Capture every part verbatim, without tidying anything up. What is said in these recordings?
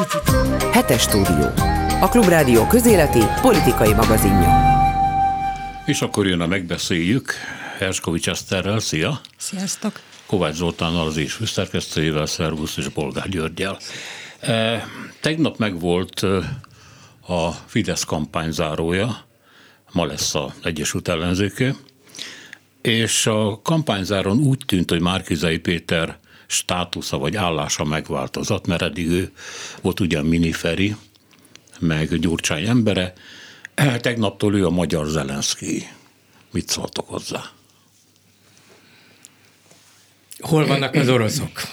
Hetes stúdió. A Klubrádió közéleti politikai magazinja. És akkor jön a megbeszéljük Herskovics Eszterrel, szia! Sziasztok! Kovács Zoltánnal, az is főszerkesztőjével, szervusz, és Bolgár Györggyel. E, tegnap megvolt a Fidesz kampányzárója, ma lesz az Egyesült Ellenzéké, és a kampányzáron úgy tűnt, hogy Márki-Zay Péter státusza vagy állása megváltozott, mert eddig ő volt ugyan Miniferi, meg Gyurcsány embere, tegnaptól ő a magyar Zelenszky. Mit szóltok hozzá? Hol vannak az oroszok?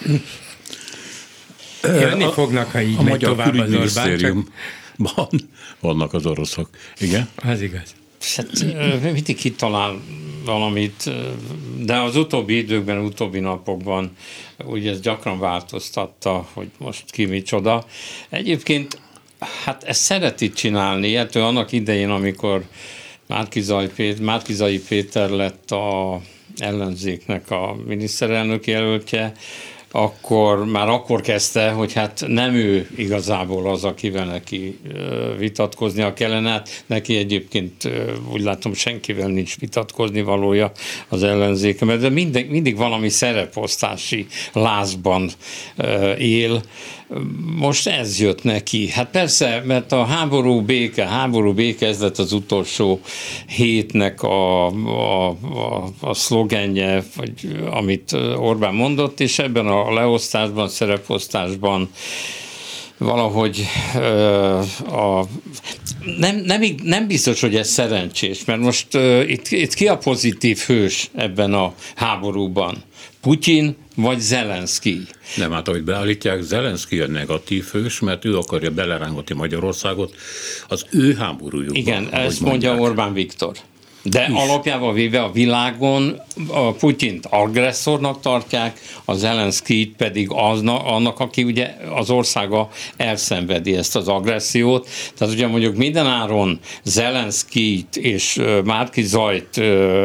Jönni a, fognak, ha így a megy magyar tovább az Orbán, csak... van, vannak az oroszok. Igen? Az igaz. Hát, mindig kitalál valamit, de az utóbbi időkben, utóbbi napokban ugye ez gyakran változtatta, hogy most ki micsoda. Egyébként hát ezt szereti csinálni, ettől annak idején, amikor Márki-Zay Péter, Márki-Zay Péter lett a ellenzéknek a miniszterelnök jelöltje, akkor már akkor kezdte, hogy hát nem ő igazából az, akivel neki vitatkoznia kellene. Hát neki egyébként úgy látom, senkivel nincs vitatkozni valója az ellenzéken, de mindig, mindig valami szereposztási lázban él. Most ez jött neki. Hát persze, mert a háború béke, háború béke, ez lett az utolsó hétnek a, a, a, a szlogenje, vagy amit Orbán mondott, és ebben a leosztásban, szereposztásban valahogy uh, a, nem, nem, nem biztos, hogy ez szerencsés, mert most uh, itt, itt ki a pozitív hős ebben a háborúban? Putyin vagy Zelenszky? Nem, hát ahogy beállítják, Zelenszky a negatív hős, mert ő akarja belerángatni Magyarországot az ő háborújukban. Igen, ezt mondja Orbán Viktor. De is. Alapjában véve a világon a Putyint agresszornak tartják, a Zelenszkyt pedig aznak, annak, aki ugye az országa elszenvedi ezt az agressziót. Tehát ugye mondjuk mindenáron Zelenszkyt és Márki-Zayt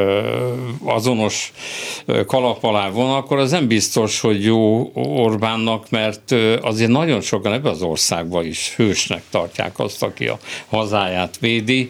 azonos kalap alá von, akkor az nem biztos, hogy jó Orbánnak, mert azért nagyon sokan ebben az országban is hősnek tartják azt, aki a hazáját védi.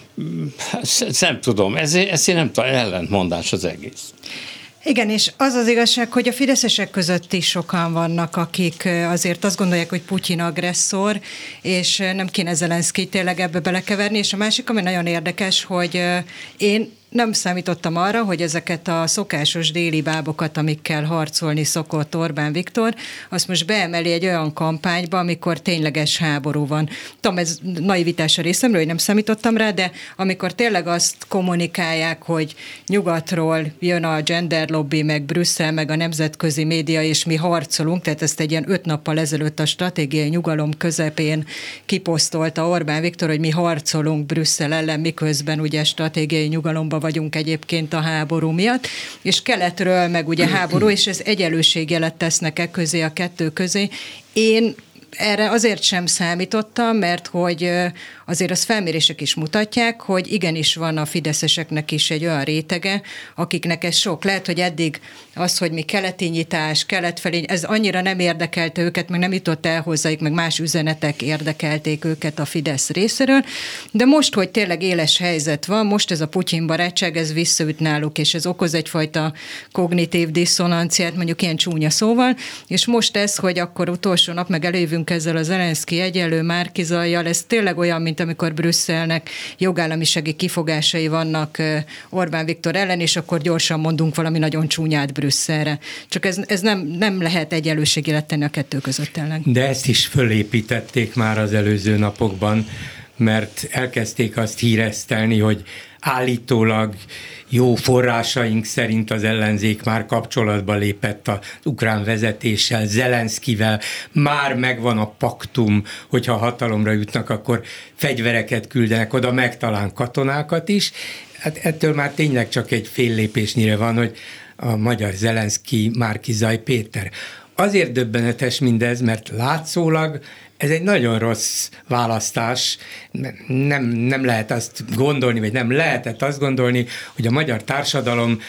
Nem tudom, ez, ez nem tudom, ellentmondás az egész. Igen, és az az igazság, hogy a fideszesek között is sokan vannak, akik azért azt gondolják, hogy Putyin agresszor, és nem kéne Zelenszkyt tényleg ebbe belekeverni, és a másik, ami nagyon érdekes, hogy én nem számítottam arra, hogy ezeket a szokásos déli bábokat, amikkel harcolni szokott Orbán Viktor, azt most beemeli egy olyan kampányba, amikor tényleges háború van. Tudom, ez naivitás a részemről, hogy nem számítottam rá, de amikor tényleg azt kommunikálják, hogy nyugatról jön a gender lobby, meg Brüsszel, meg a nemzetközi média, és mi harcolunk, tehát ezt egy ilyen öt nappal ezelőtt a stratégiai nyugalom közepén kiposztolta Orbán Viktor, hogy mi harcolunk Brüsszel ellen, miközben ugye stratégiai nyugalomban vagyunk egyébként a háború miatt, és keletről meg ugye háború, és ez egyenlőségjelet tesznek e közé, a kettő közé. Én erre azért sem számítottam, mert hogy azért az felmérések is mutatják, hogy igenis van a fideszeseknek is egy olyan rétege, akiknek ez sok. Lehet, hogy eddig az, hogy mi keleti nyitás, kelet felé, ez annyira nem érdekelte őket, meg nem jutott el hozzájuk, meg más üzenetek érdekelték őket a Fidesz részéről, de most, hogy tényleg éles helyzet van, most ez a Putyin barátság, ez visszaüt náluk, és ez okoz egyfajta kognitív diszonanciát, mondjuk ilyen csúnya szóval, és most ez, hogy akkor utolsó nap meg előjövünk ezzel a Zelenszky egyenlő Márki-Zayyal, ez tényleg olyan, mint amikor Brüsszelnek jogállamisági kifogásai vannak Orbán Viktor ellen, és akkor gyorsan mondunk valami nagyon csúnyát Brüsszelre. Csak ez, ez nem, nem lehet egyenlőségjelet tenni a kettő között ellen. De ezt is fölépítették már az előző napokban, mert elkezdték azt híresztelni, hogy állítólag jó forrásaink szerint az ellenzék már kapcsolatba lépett az ukrán vezetéssel, Zelenszkyvel, már megvan a paktum, hogyha hatalomra jutnak, akkor fegyvereket küldenek oda, meg talán katonákat is. Hát ettől már tényleg csak egy fél lépésnyire van, hogy a magyar Zelenszky, Márki-Zay Péter. Azért döbbenetes mindez, mert látszólag ez egy nagyon rossz választás, nem, nem lehet azt gondolni, vagy nem lehetett azt gondolni, hogy a magyar társadalom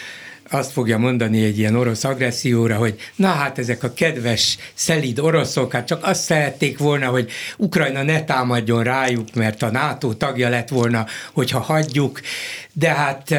azt fogja mondani egy ilyen orosz agresszióra, hogy na hát ezek a kedves, szelíd oroszok, hát csak azt szerették volna, hogy Ukrajna ne támadjon rájuk, mert a NATO tagja lett volna, hogyha hagyjuk, de hát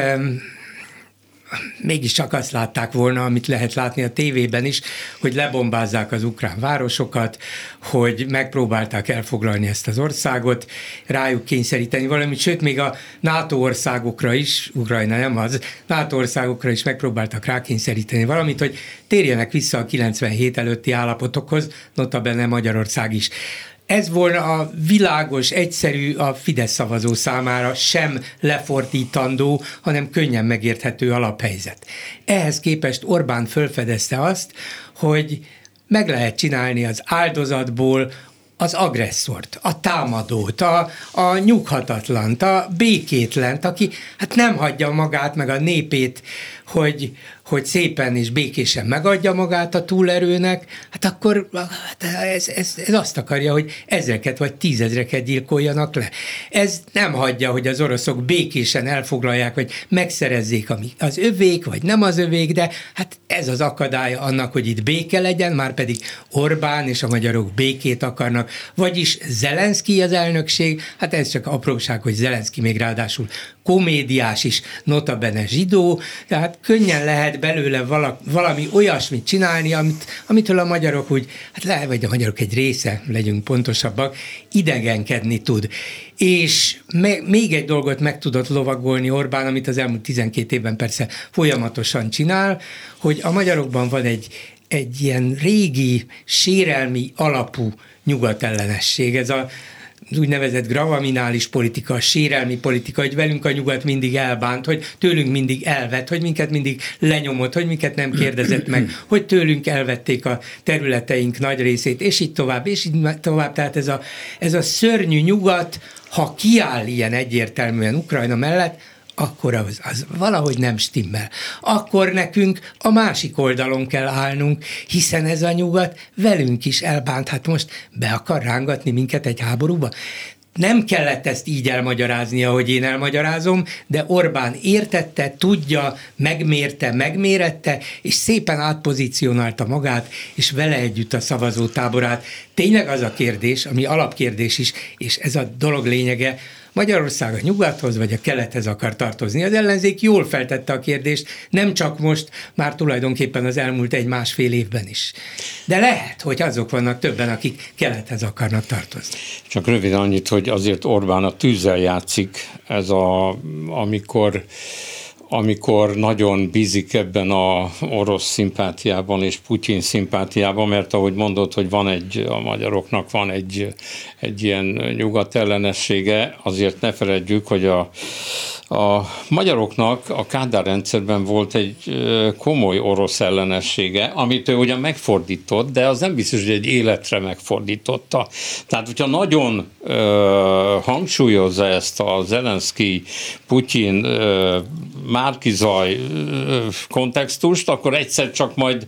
mégiscsak azt látták volna, amit lehet látni a tévében is, hogy lebombázzák az ukrán városokat, hogy megpróbálták elfoglalni ezt az országot, rájuk kényszeríteni valamit, sőt, még a NATO országokra is, Ukrajna nem az, NATO országokra is megpróbáltak rákényszeríteni valamit, hogy térjenek vissza a kilencvenhét előtti állapotokhoz, notabene Magyarország is. Ez volna a világos, egyszerű, a Fidesz szavazó számára sem lefordítandó, hanem könnyen megérthető alaphelyzet. Ehhez képest Orbán felfedezte azt, hogy meg lehet csinálni az áldozatból az agresszort, a támadót, a, a nyughatatlant, a békétlent, aki hát nem hagyja magát, meg a népét, hogy, hogy szépen és békésen megadja magát a túlerőnek, hát akkor hát ez, ez, ez azt akarja, hogy ezreket vagy tízezreket gyilkoljanak le. Ez nem hagyja, hogy az oroszok békésen elfoglalják, vagy megszerezzék, ami az övék, vagy nem az övék, de hát ez az akadálya annak, hogy itt béke legyen, már pedig Orbán és a magyarok békét akarnak, vagyis Zelenszky az elnökség, hát ez csak apróság, hogy Zelenszky még ráadásul komédiás is, notabene zsidó, tehát könnyen lehet belőle vala, valami olyasmit csinálni, amit, amitől a magyarok úgy, hát lehet, vagy a magyarok egy része, legyünk pontosabbak, idegenkedni tud. És me, még egy dolgot meg tudott lovagolni Orbán, amit az elmúlt tizenkét évben persze folyamatosan csinál, hogy a magyarokban van egy, egy ilyen régi, sérelmi alapú nyugatellenesség. Ez a az úgynevezett gravaminális politika, sérelmi politika, hogy velünk a nyugat mindig elbánt, hogy tőlünk mindig elvett, hogy minket mindig lenyomott, hogy minket nem kérdezett meg, hogy tőlünk elvették a területeink nagy részét, és így tovább, és így tovább. Tehát ez a, ez a szörnyű nyugat, ha kiáll ilyen egyértelműen Ukrajna mellett, akkor az, az valahogy nem stimmel. Akkor nekünk a másik oldalon kell állnunk, hiszen ez a nyugat velünk is elbánt. Hát most be akar rángatni minket egy háborúba? Nem kellett ezt így elmagyarázni, ahogy én elmagyarázom, de Orbán értette, tudja, megmérte, megmérette, és szépen átpozícionálta magát, és vele együtt a szavazótáborát. Tényleg az a kérdés, ami alapkérdés is, és ez a dolog lényege, Magyarország a nyugathoz vagy a kelethez akar tartozni. Az ellenzék jól feltette a kérdést, nem csak most, már tulajdonképpen az elmúlt egy-másfél évben is. De lehet, hogy azok vannak többen, akik kelethez akarnak tartozni. Csak röviden annyit, hogy azért Orbán a tűzzel játszik, ez a, amikor amikor nagyon bízik ebben a orosz szimpátiában és Putyin szimpátiában, mert ahogy mondod, hogy van egy, a magyaroknak van egy, egy ilyen nyugatellenessége, azért ne feledjük, hogy a, a magyaroknak a Kádár rendszerben volt egy komoly orosz ellenessége, amit ő ugyan megfordított, de az nem biztos, hogy egy életre megfordította. Tehát, hogyha nagyon ö, hangsúlyozza ezt a Zelenszky, Putyin, ö, Márki-Zaj kontextust, akkor egyszer csak majd,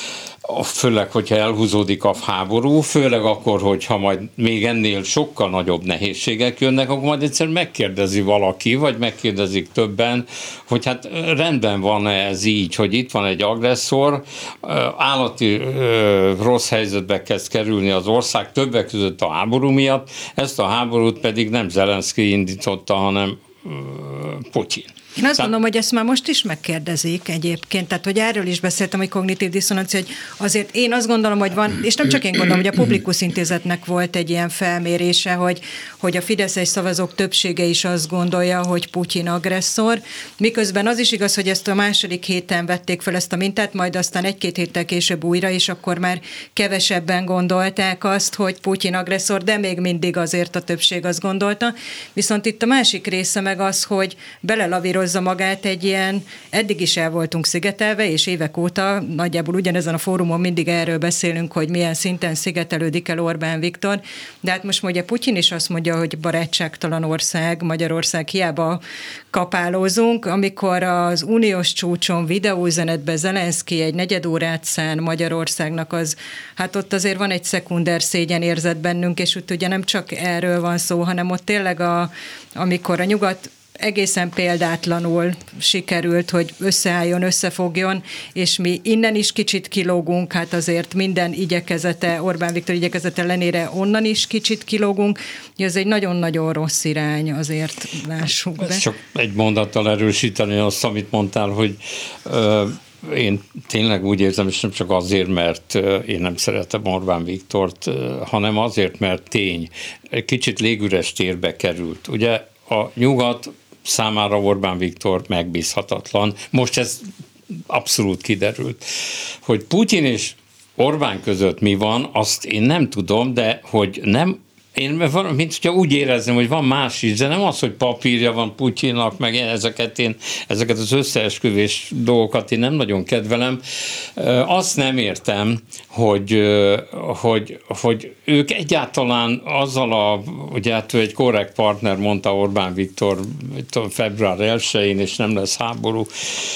főleg, hogyha elhúzódik a háború, főleg akkor, hogyha majd még ennél sokkal nagyobb nehézségek jönnek, akkor majd egyszer megkérdezi valaki, vagy megkérdezik többen, hogy hát rendben van ez így, hogy itt van egy agresszor, állati rossz helyzetbe kezd kerülni az ország, többek között a háború miatt, ezt a háborút pedig nem Zelenszky indította, hanem Putyin. Én azt gondolom, hogy ezt már most is megkérdezik egyébként, tehát hogy erről is beszéltem, hogy kognitív diszonancia, hogy azért én azt gondolom, hogy van, és nem csak én gondolom, hogy a Publikus Intézetnek volt egy ilyen felmérése, hogy, hogy a fideszes szavazók többsége is azt gondolja, hogy Putyin agresszor, miközben az is igaz, hogy ezt a második héten vették fel ezt a mintát, majd aztán egy-két héttel később újra, és akkor már kevesebben gondolták azt, hogy Putyin agresszor, de még mindig azért a többség azt gondolta. Viszont itt a másik része meg az, hogy belelavírozza magát egy ilyen, eddig is el voltunk szigetelve, és évek óta nagyjából ugyanezen a fórumon mindig erről beszélünk, hogy milyen szinten szigetelődik el Orbán Viktor, de hát most mondja Putyin is azt mondja, hogy barátságtalan ország, Magyarország, hiába kapálózunk, amikor az uniós csúcson videóüzenetben Zelenszky egy negyed órát szán Magyarországnak, az, hát ott azért van egy szekunder szégyen érzet bennünk, és ott ugye nem csak erről van szó, hanem ott tényleg a, amikor a nyugat egészen példátlanul sikerült, hogy összeálljon, összefogjon, és mi innen is kicsit kilógunk, hát azért minden igyekezete, Orbán Viktor igyekezete ellenére onnan is kicsit kilógunk, hogy ez egy nagyon-nagyon rossz irány, azért lássuk be. Csak egy mondattal erősíteni azt, amit mondtál, hogy ö, én tényleg úgy érzem, és nem csak azért, mert én nem szeretem Orbán Viktort, hanem azért, mert tény. Egy kicsit légüres térbe került. Ugye a nyugat számára Orbán Viktor megbízhatatlan. Most ez abszolút kiderült. Hogy Putyin és Orbán között mi van, azt én nem tudom, de hogy nem, én mint hogyha úgy érezném, hogy van más is, de nem az, hogy papírja van Putyinnak, meg ezeket, én, ezeket az összeesküvés dolgokat én nem nagyon kedvelem. Azt nem értem, hogy, hogy, hogy ők egyáltalán azzal a, ugye hát ő egy korrekt partner, mondta Orbán Viktor február elsején, és nem lesz háború,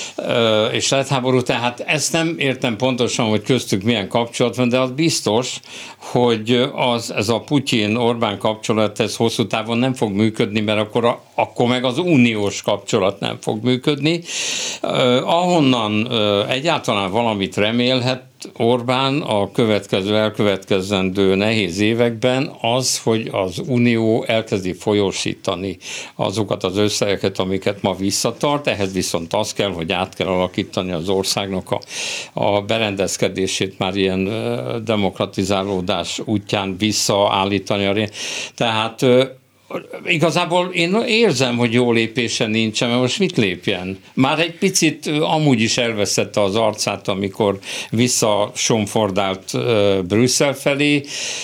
és lett háború, tehát ezt nem értem pontosan, hogy köztük milyen kapcsolat van, de az biztos, hogy az, ez a Putyin-Orbán kapcsolat, ez hosszú távon nem fog működni, mert akkor, a, akkor meg az uniós kapcsolat nem fog működni. Uh, ahonnan uh, egyáltalán valamit remélhet Orbán a következő, elkövetkezendő nehéz években az, hogy az Unió elkezdi folyósítani azokat az összegeket, amiket ma visszatart, ehhez viszont az kell, hogy át kell alakítani az országnak a, a berendezkedését, már ilyen demokratizálódás útján visszaállítani. Tehát igazából én érzem, hogy jó lépése nincsen, mert most mit lépjen? Már egy picit amúgy is elveszette az arcát, amikor visszasomfordált Brüsszel felé.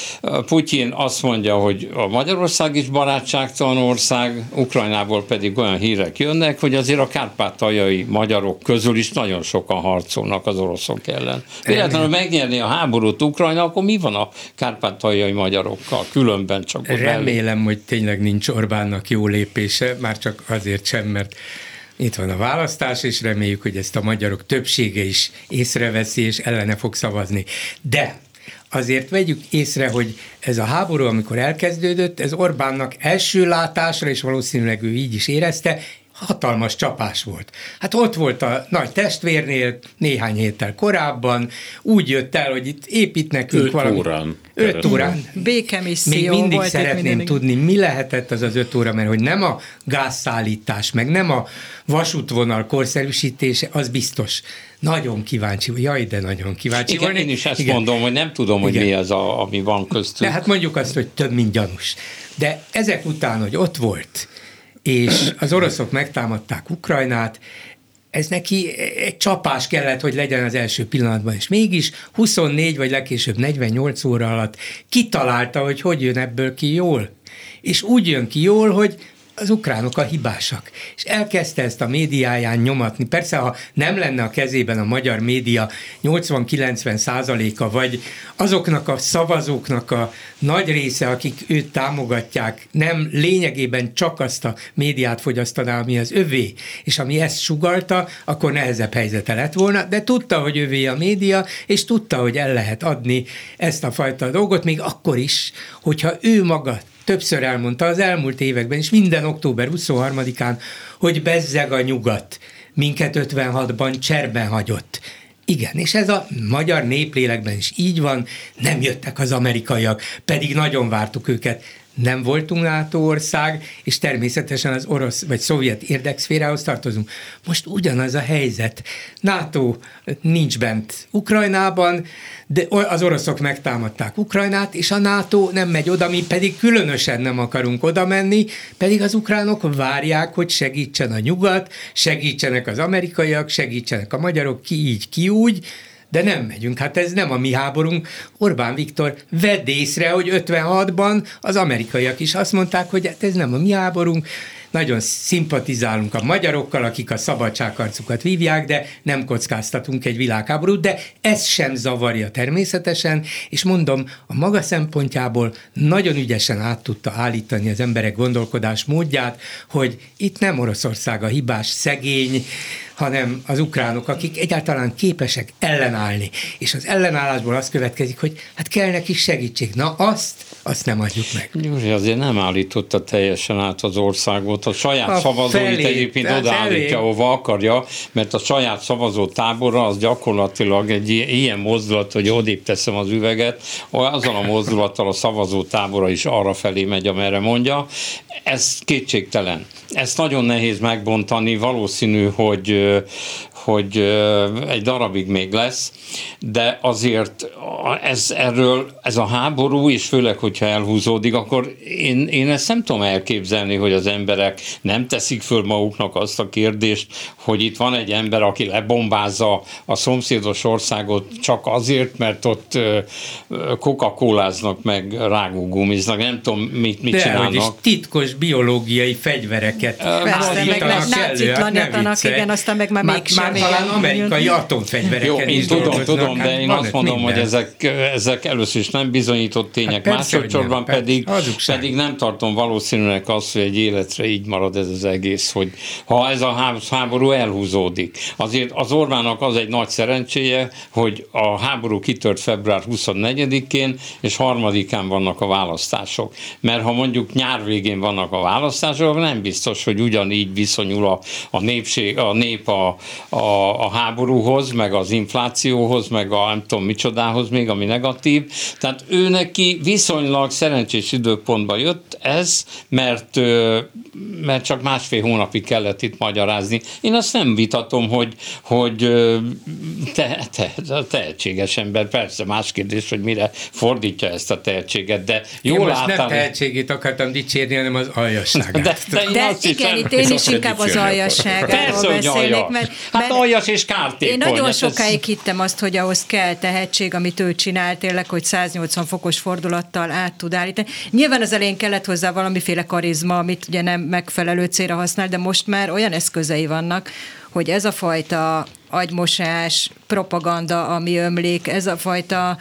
Putyin azt mondja, hogy a Magyarország is barátságtalan ország, Ukrajnából pedig olyan hírek jönnek, hogy azért a kárpátaljai magyarok közül is nagyon sokan harcolnak az oroszok ellen. Véletlenül megnyerni a háborút Ukrajna, akkor mi van a kárpátaljai magyarokkal? Különben csak ott Remélem, belül. hogy tényleg nincs Orbánnak jó lépése, már csak azért sem, mert itt van a választás, és reméljük, hogy ezt a magyarok többsége is észreveszi, és ellene fog szavazni. De azért vegyük észre, hogy ez a háború, amikor elkezdődött, ez Orbánnak első látásra, és valószínűleg ő így is érezte, hatalmas csapás volt. Hát ott volt a nagy testvérnél néhány héttel korábban, úgy jött el, hogy itt épít nekünk öt valami. Órán. Öt órán. Békemisszió Még mindig volt. szeretném mindenik. tudni, mi lehetett az az öt óra, mert hogy nem a gázszállítás, meg nem a vasútvonal korszerűsítése, az biztos. Nagyon kíváncsi, jaj, de nagyon kíváncsi. Igen, én is ezt Igen. mondom, hogy nem tudom, hogy Igen. mi az, a, ami van köztük. De hát mondjuk azt, hogy több, mint gyanús. De ezek után, hogy ott volt, és az oroszok megtámadták Ukrajnát, ez neki egy csapás kellett, hogy legyen az első pillanatban, és mégis huszonnégy vagy legkésőbb negyvennyolc óra alatt kitalálta, hogy hogy jön ebből ki jól. És úgy jön ki jól, hogy az ukránok a hibásak. És elkezdte ezt a médiáján nyomatni. Persze, ha nem lenne a kezében a magyar média nyolcvan-kilencven százaléka, vagy azoknak a szavazóknak a nagy része, akik őt támogatják, nem lényegében csak azt a médiát fogyasztaná, ami az övé, és ami ezt sugallta, akkor nehezebb helyzete lett volna, de tudta, hogy övé a média, és tudta, hogy el lehet adni ezt a fajta dolgot, még akkor is, hogyha ő maga többször elmondta az elmúlt években, és minden október huszonharmadikán, hogy bezzeg a nyugat, minket ötvenhatban cserben hagyott. Igen, és ez a magyar néplélekben is így van, nem jöttek az amerikaiak, pedig nagyon vártuk őket. Nem voltunk NATO ország, és természetesen az orosz vagy szovjet érdekszférához tartozunk. Most ugyanaz a helyzet. NATO nincs bent Ukrajnában, de az oroszok megtámadták Ukrajnát, és a NATO nem megy oda, mi pedig különösen nem akarunk oda menni, pedig az ukránok várják, hogy segítsen a nyugat, segítsenek az amerikaiak, segítsenek a magyarok, ki így, ki úgy, de nem megyünk. Hát ez nem a mi háborunk. Orbán Viktor vedd észre, hogy ötvenhatban az amerikaiak is azt mondták, hogy hát ez nem a mi háborunk, nagyon szimpatizálunk a magyarokkal, akik a szabadságharcukat vívják, de nem kockáztatunk egy világháborút, de ez sem zavarja természetesen, és mondom, a maga szempontjából nagyon ügyesen át tudta állítani az emberek gondolkodás módját, hogy itt nem Oroszország a hibás, szegény, hanem az ukránok, akik egyáltalán képesek ellenállni. És az ellenállásból az következik, hogy hát kell neki segítség. Na azt azt nem adjuk meg. Gyuri azért nem állította teljesen át az országot, a saját a szavazóit felé, egyébként odaállítja, ahova akarja, mert a saját szavazó táborra az gyakorlatilag egy ilyen mozdulat, hogy odébb teszem az üveget, azzal a mozdulattal a szavazó tábora is arra felé megy, amerre mondja. Ez kétségtelen. Ezt nagyon nehéz megbontani, valószínű, hogy hogy egy darabig még lesz, de azért ez, erről, ez a háború, és főleg, hogyha elhúzódik, akkor én, én ezt nem tudom elképzelni, hogy az emberek nem teszik föl maguknak azt a kérdést, hogy itt van egy ember, aki lebombázza a szomszédos országot csak azért, mert ott coca-coláznak, meg rágógumiznak, nem tudom, mit, mit de, csinálnak. De, titkos biológiai fegyvereket persze, meg nácitlanítanak, igen, aztán meg már mégsem. Talán amerikai atomfegyvereket is tudom, tudom, tudom, de én azt mondom, minden. hogy ezek, ezek először is nem bizonyított tények, hát másodszorban pedig, pedig nem tartom valószínűleg azt, hogy egy életre így marad ez az egész, hogy ha ez a háború elhúzódik. Azért az Orbánnak az egy nagy szerencséje, hogy a háború kitört február huszonnegyedikén, és harmadikán vannak a választások. Mert ha mondjuk nyár végén vannak a választások, nem biztos, hogy ugyanígy viszonyul a, a népség, a nép a, a a háborúhoz, meg az inflációhoz, meg a nem tudom micsodához még, ami negatív. Tehát ő neki viszonylag szerencsés időpontban jött ez, mert, mert csak másfél hónapig kellett itt magyarázni. Én azt nem vitatom, hogy, hogy te, te, tehetséges ember, persze más kérdés, hogy mire fordítja ezt a tehetséget, de jól én most által... nem tehetségét akartam dicsérni, hanem az aljasságát. De, de, de igen, itt én is inkább az aljasságáról beszélnék, mert, hát aljas és kártékony. Én nagyon ez sokáig ez... hittem azt, hogy ahhoz kell tehetség, amit ő csinál tényleg, hogy száznyolcvan fokos fordulattal át tud állítani. Nyilván az elején kellett hozzá valamiféle karizma, amit ugye nem megfelelő célra használ, de most már olyan eszközei vannak, hogy ez a fajta agymosás, propaganda, ami ömlik, ez a fajta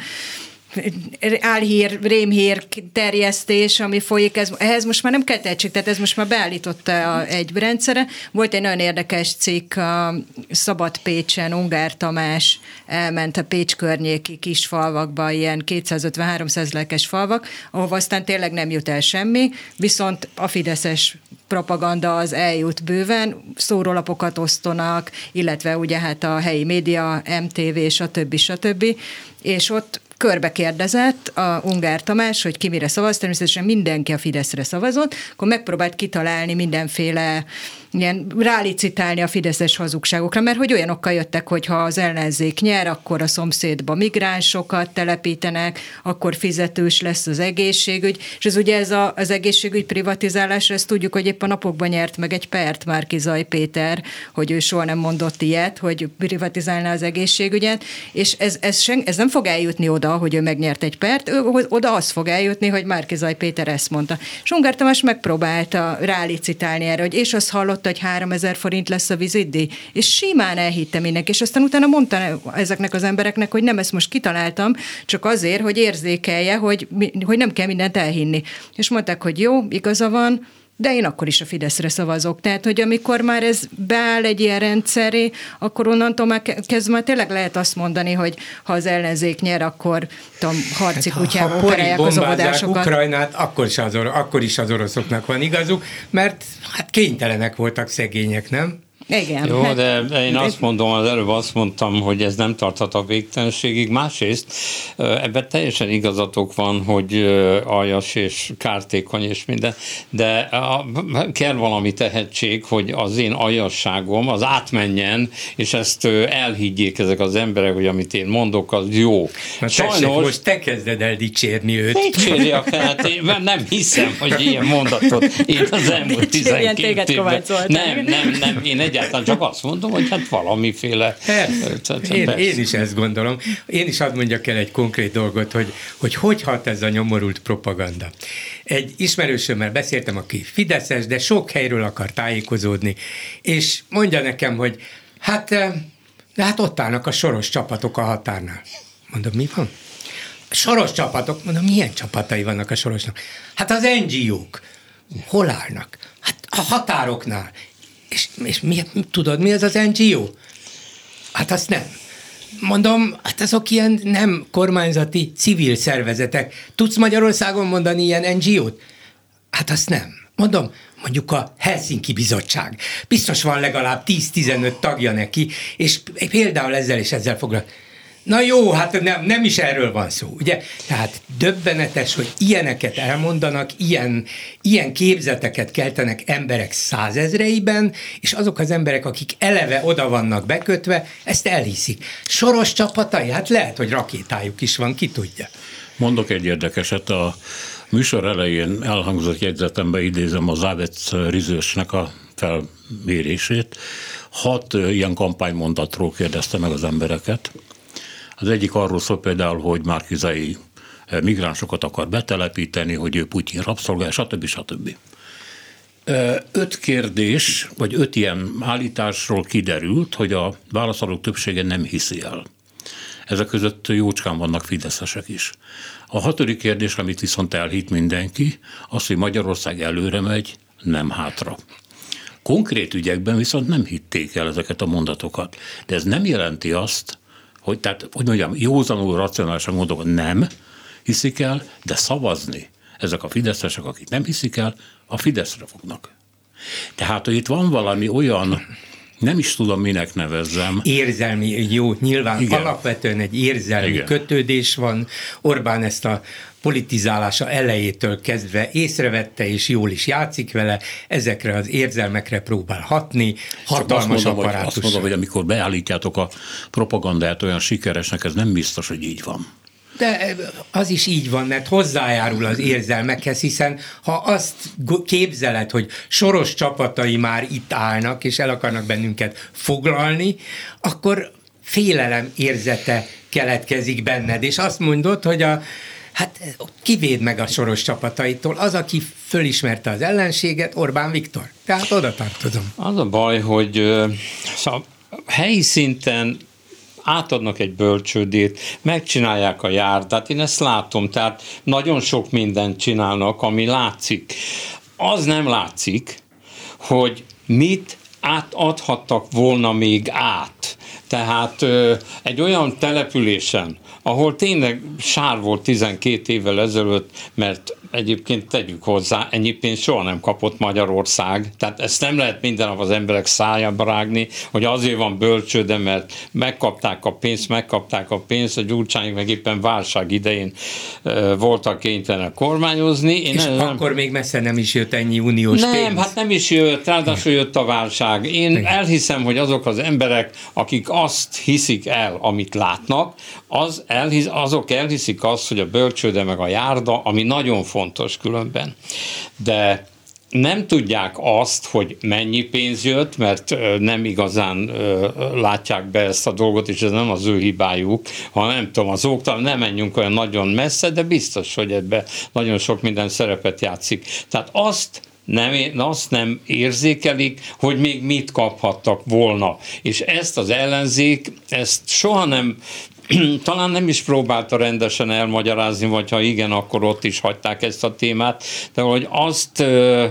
álhír, rémhír terjesztés, ami folyik, ez, ehhez most már nem kell tehetség, tehát ez most már beállította a, egy rendszere. Volt egy nagyon érdekes cikk a Szabad Pécsen, Ungár Tamás elment a Pécs környéki kis falvakba, ilyen kétszázötven-háromszáz lelkes falvak, ahova aztán tényleg nem jut el semmi, viszont a fideszes propaganda az eljut bőven, szórólapokat osztanak, illetve ugye hát a helyi média, em té vé, stb. stb. És ott körbe kérdezett a Ungár Tamás, hogy ki mire szavaz, természetesen mindenki a Fideszre szavazott, akkor megpróbált kitalálni mindenféle, ilyen rálicitálni a fideszes hazugságokra, mert hogy olyanokkal jöttek, hogy ha az ellenzék nyer, akkor a szomszédba migránsokat telepítenek, akkor fizetős lesz az egészségügy, és ez ugye ez a, az egészségügy privatizálásra, ezt tudjuk, hogy épp a napokban nyert meg egy pert Márki-Zay Péter, hogy ő soha nem mondott ilyet, hogy privatizálná az egészségügyet, és ez, ez, sen, ez nem fog eljutni oda, hogy ő megnyert egy pert, ő, oda az fog eljutni, hogy Márki-Zay Péter ezt mondta. És Ungár Tamás megpróbálta rálicitálni erre, hogy és azt hallott, hogy háromezer forint lesz a vizitdíj, és simán elhitte mindenki, és aztán utána mondta ezeknek az embereknek, hogy nem, ezt most kitaláltam, csak azért, hogy érzékelje, hogy, hogy nem kell mindent elhinni. És mondták, hogy jó, igaza van, de én akkor is a Fideszre szavazok. Tehát, hogy amikor már ez beáll egy ilyen rendszeré, akkor onnantól már kezdve már tényleg lehet azt mondani, hogy ha az ellenzék nyer, akkor tudom, harci kutyák operálják az óvodásokat. Ukrajnát, akkor is, az, akkor is az oroszoknak van igazuk, mert hát kénytelenek voltak szegények, nem? Igen. Jó, hát, de én azt mondom, az előbb azt mondtam, hogy ez nem tarthat a végtelenségig. Másrészt ebben teljesen igazatok van, hogy aljas és kártékony és minden, de a, kell valami tehetség, hogy az én aljasságom az átmenjen, és ezt elhiggyék ezek az emberek, hogy amit én mondok, az jó. Na Sajnos... tessék, most te kezded el dicsérni őt. Dicsérjek, hát én nem hiszem, hogy ilyen mondatot én az elmúlt tizenkét évben. Nem, nem, nem, én egyáltalán csak azt mondom, hogy hát valamiféle... Persze. Én, én is ezt gondolom. Én is hadd mondjak el egy konkrét dolgot, hogy, hogy hogy hat ez a nyomorult propaganda. Egy ismerősömmel beszéltem, aki fideszes, de sok helyről akar tájékozódni, és mondja nekem, hogy hát, de hát ott állnak a soros csapatok a határnál. Mondom, mi van? Soros csapatok? Mondom, milyen csapatai vannak a sorosnak? Hát az en gé ó-k. Hol állnak? Hát a határoknál. És, és mi, tudod, mi az az en gé ó? Hát azt nem. mondom, hát azok ilyen nem kormányzati civil szervezetek. Tudsz Magyarországon mondani ilyen en gé ó-t? Hát azt nem. Mondom, mondjuk a Helsinki Bizottság. Biztos van legalább tíz-tizenöt tagja neki, és például ezzel és ezzel foglalkozik. Na jó, hát nem, nem is erről van szó, ugye? Tehát döbbenetes, hogy ilyeneket elmondanak, ilyen, ilyen képzeteket keltenek emberek százezreiben, és azok az emberek, akik eleve oda vannak bekötve, ezt elhiszik. Soros csapatai, hát lehet, hogy rakétájuk is van, ki tudja. Mondok egy érdekeset, a műsor elején elhangzott jegyzetembe idézem az Závec Rizősnek a felmérését. Hat ilyen kampánymondatról kérdezte meg az embereket. Az egyik arról szól például, hogy Márki-Zay migránsokat akar betelepíteni, hogy ő Putyin rabszolgája, stb. stb. Öt kérdés, vagy öt ilyen állításról kiderült, hogy a válaszolók többsége nem hiszi el. Ezek között jócskán vannak fideszesek is. A hatodik kérdés, amit viszont elhitt mindenki, az, hogy Magyarország előre megy, nem hátra. Konkrét ügyekben viszont nem hitték el ezeket a mondatokat. De ez nem jelenti azt, hogy, tehát, hogy mondjam, józanul, racionálisan gondolok, nem hiszik el, de szavazni ezek a fideszesek, akik nem hiszik el, a Fideszre fognak. Tehát, hogy itt van valami olyan, nem is tudom, minek nevezzem. Érzelmi, jó, nyilván igen. Alapvetően egy érzelmi igen. kötődés van. Orbán ezt a politizálása elejétől kezdve észrevette, és jól is játszik vele, ezekre az érzelmekre próbál hatni, hatalmas apparátus. Azt mondom, hogy amikor beállítjátok a propagandát olyan sikeresnek, ez nem biztos, hogy így van. De az is így van, mert hozzájárul az érzelmekhez, hiszen ha azt képzeled, hogy Soros csapatai már itt állnak, és el akarnak bennünket foglalni, akkor félelem érzete keletkezik benned, és azt mondod, hogy a hát kivéd meg a Soros csapataitól, az, aki fölismerte az ellenséget, Orbán Viktor. Tehát oda tartozom. Az a baj, hogy szóval helyi szinten átadnak egy bölcsődét, megcsinálják a járdát, én ezt látom, tehát nagyon sok mindent csinálnak, ami látszik. Az nem látszik, hogy mit átadhattak volna még át. Tehát egy olyan településen, ahol tényleg sár volt tizenkét évvel ezelőtt, mert egyébként tegyük hozzá, ennyi pénzt soha nem kapott Magyarország, tehát ezt nem lehet minden nap az emberek szájába rágni, hogy azért van bölcsőde, mert megkapták a pénzt, megkapták a pénzt, a Gyurcsány meg éppen válság idején uh, voltak kénytelenek kormányozni. Én És nem, akkor még messze nem is jött ennyi uniós nem, pénz. Nem, hát nem is jött, ráadásul jött a válság. Én Igen. elhiszem, hogy azok az emberek, akik azt hiszik el, amit látnak, az elhisz, azok elhiszik azt, hogy a bölcsőde meg a járda, ami nagyon fontos különben. De nem tudják azt, hogy mennyi pénz jött, mert nem igazán látják be ezt a dolgot, és ez nem az ő hibájuk, ha nem tudom, az oktal, nem menjünk olyan nagyon messze, de biztos, hogy ebbe nagyon sok minden szerepet játszik. Tehát azt Nem, azt nem érzékelik, hogy még mit kaphattak volna. És ezt az ellenzék, ezt soha nem, talán nem is próbálta rendesen elmagyarázni, vagy ha igen, akkor ott is hagyták ezt a témát, de hogy azt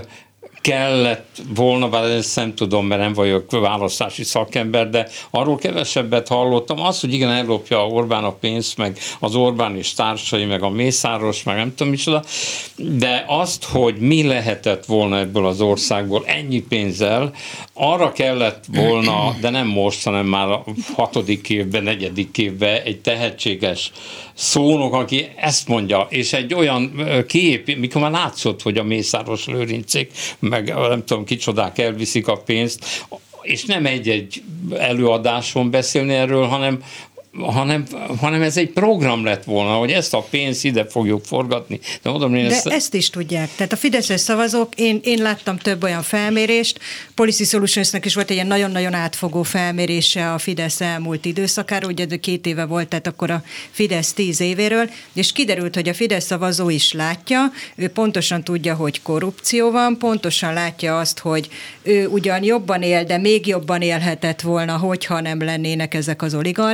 kellett volna, bár ezt nem tudom, mert nem vagyok választási szakember, de arról kevesebbet hallottam. Az, hogy igen, ellopja Orbán a pénzt, meg az Orbán és társai, meg a Mészáros, meg nem tudom micsoda, de azt, hogy mi lehetett volna ebből az országból ennyi pénzzel, arra kellett volna, de nem most, hanem már a hatodik évben, negyedik évben egy tehetséges szónok, aki ezt mondja, és egy olyan kép, mikor már látszott, hogy a Mészáros Lőrincék, meg nem tudom, kicsodák elviszik a pénzt, és nem egy-egy előadáson beszélni erről, hanem Hanem, hanem ez egy program lett volna, hogy ezt a pénzt ide fogjuk forgatni. De, mondom, én De ezt... ezt is tudják. Tehát a fideszes szavazók, én, én láttam több olyan felmérést, Policy Solutionsnak is volt egy ilyen nagyon-nagyon átfogó felmérése a Fidesz elmúlt időszakára, ugye két éve volt, tehát akkor a Fidesz tíz évéről, és kiderült, hogy a Fidesz szavazó is látja, ő pontosan tudja, hogy korrupció van, pontosan látja azt, hogy ő ugyan jobban él, de még jobban élhetett volna, hogyha nem lennének ezek az oligarchák,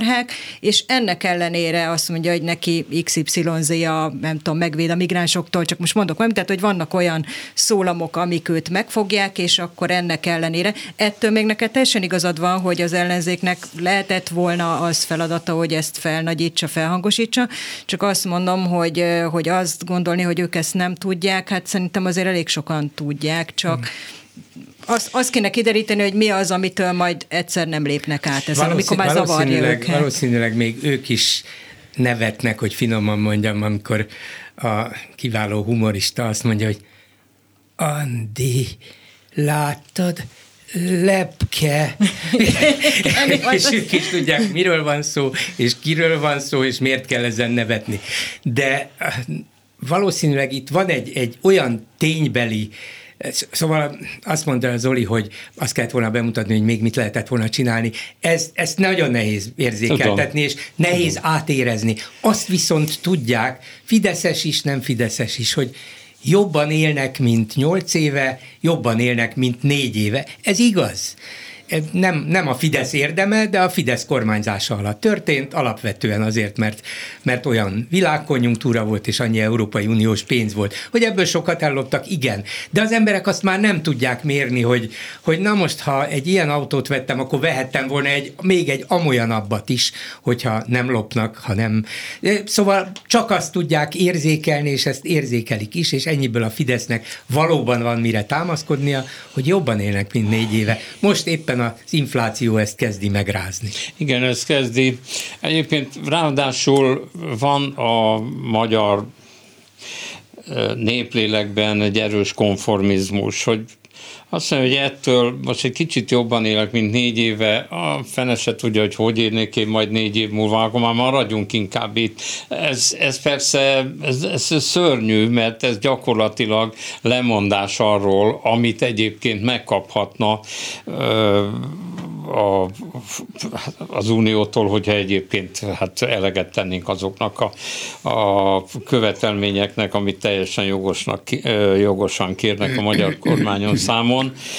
és ennek ellenére azt mondja, hogy neki iksz ipszilon zé a, nem tudom, megvéd a migránsoktól, csak most mondok valamit, tehát hogy vannak olyan szólamok, amik őt megfogják, és akkor ennek ellenére. Ettől még neked teljesen igazad van, hogy az ellenzéknek lehetett volna az feladata, hogy ezt felnagyítsa, felhangosítsa, csak azt mondom, hogy, hogy azt gondolni, hogy ők ezt nem tudják, hát szerintem azért elég sokan tudják, csak azt, azt kéne kideríteni, hogy mi az, amitől majd egyszer nem lépnek át ezen, amikor már zavarja őket. Valószínűleg még ők is nevetnek, hogy finoman mondjam, amikor a kiváló humorista azt mondja, hogy Andi, láttad, lepke. És ők is tudják, miről van szó, és kiről van szó, és miért kell ezen nevetni. De valószínűleg itt van egy, egy olyan ténybeli, szóval azt mondta Zoli, hogy azt kellett volna bemutatni, hogy még mit lehetett volna csinálni. Ez, ezt nagyon nehéz érzékeltetni, és nehéz Tudom. átérezni. Azt viszont tudják, fideszes is, nem fideszes is, hogy jobban élnek, mint nyolc éve, jobban élnek, mint négy éve. Ez igaz. Nem, nem a Fidesz érdeme, de a Fidesz kormányzása alatt történt, alapvetően azért, mert, mert olyan világkonjunktúra volt, és annyi Európai Uniós pénz volt, hogy ebből sokat elloptak, igen. De az emberek azt már nem tudják mérni, hogy, hogy na most, ha egy ilyen autót vettem, akkor vehettem volna egy, még egy amolyanabbat is, hogyha nem lopnak, ha nem. Szóval csak azt tudják érzékelni, és ezt érzékelik is, és ennyiből a Fidesznek valóban van mire támaszkodnia, hogy jobban élnek, mint négy éve. Most éppen az infláció ezt kezdi megrázni. Igen, ez kezdi. Egyébként ráadásul van a magyar néplélekben egy erős konformizmus, hogy azt mondja, hogy ettől most egy kicsit jobban élek, mint négy éve, a fene se tudja, hogy hogy élnék én majd négy év múlva, akkor már maradjunk inkább itt. Ez, ez persze ez, ez szörnyű, mert ez gyakorlatilag lemondás arról, amit egyébként megkaphatna a, az Uniótól, hogyha egyébként hát eleget tennénk azoknak a, a követelményeknek, amit teljesen jogosnak, jogosan kérnek a magyar kormányon számon.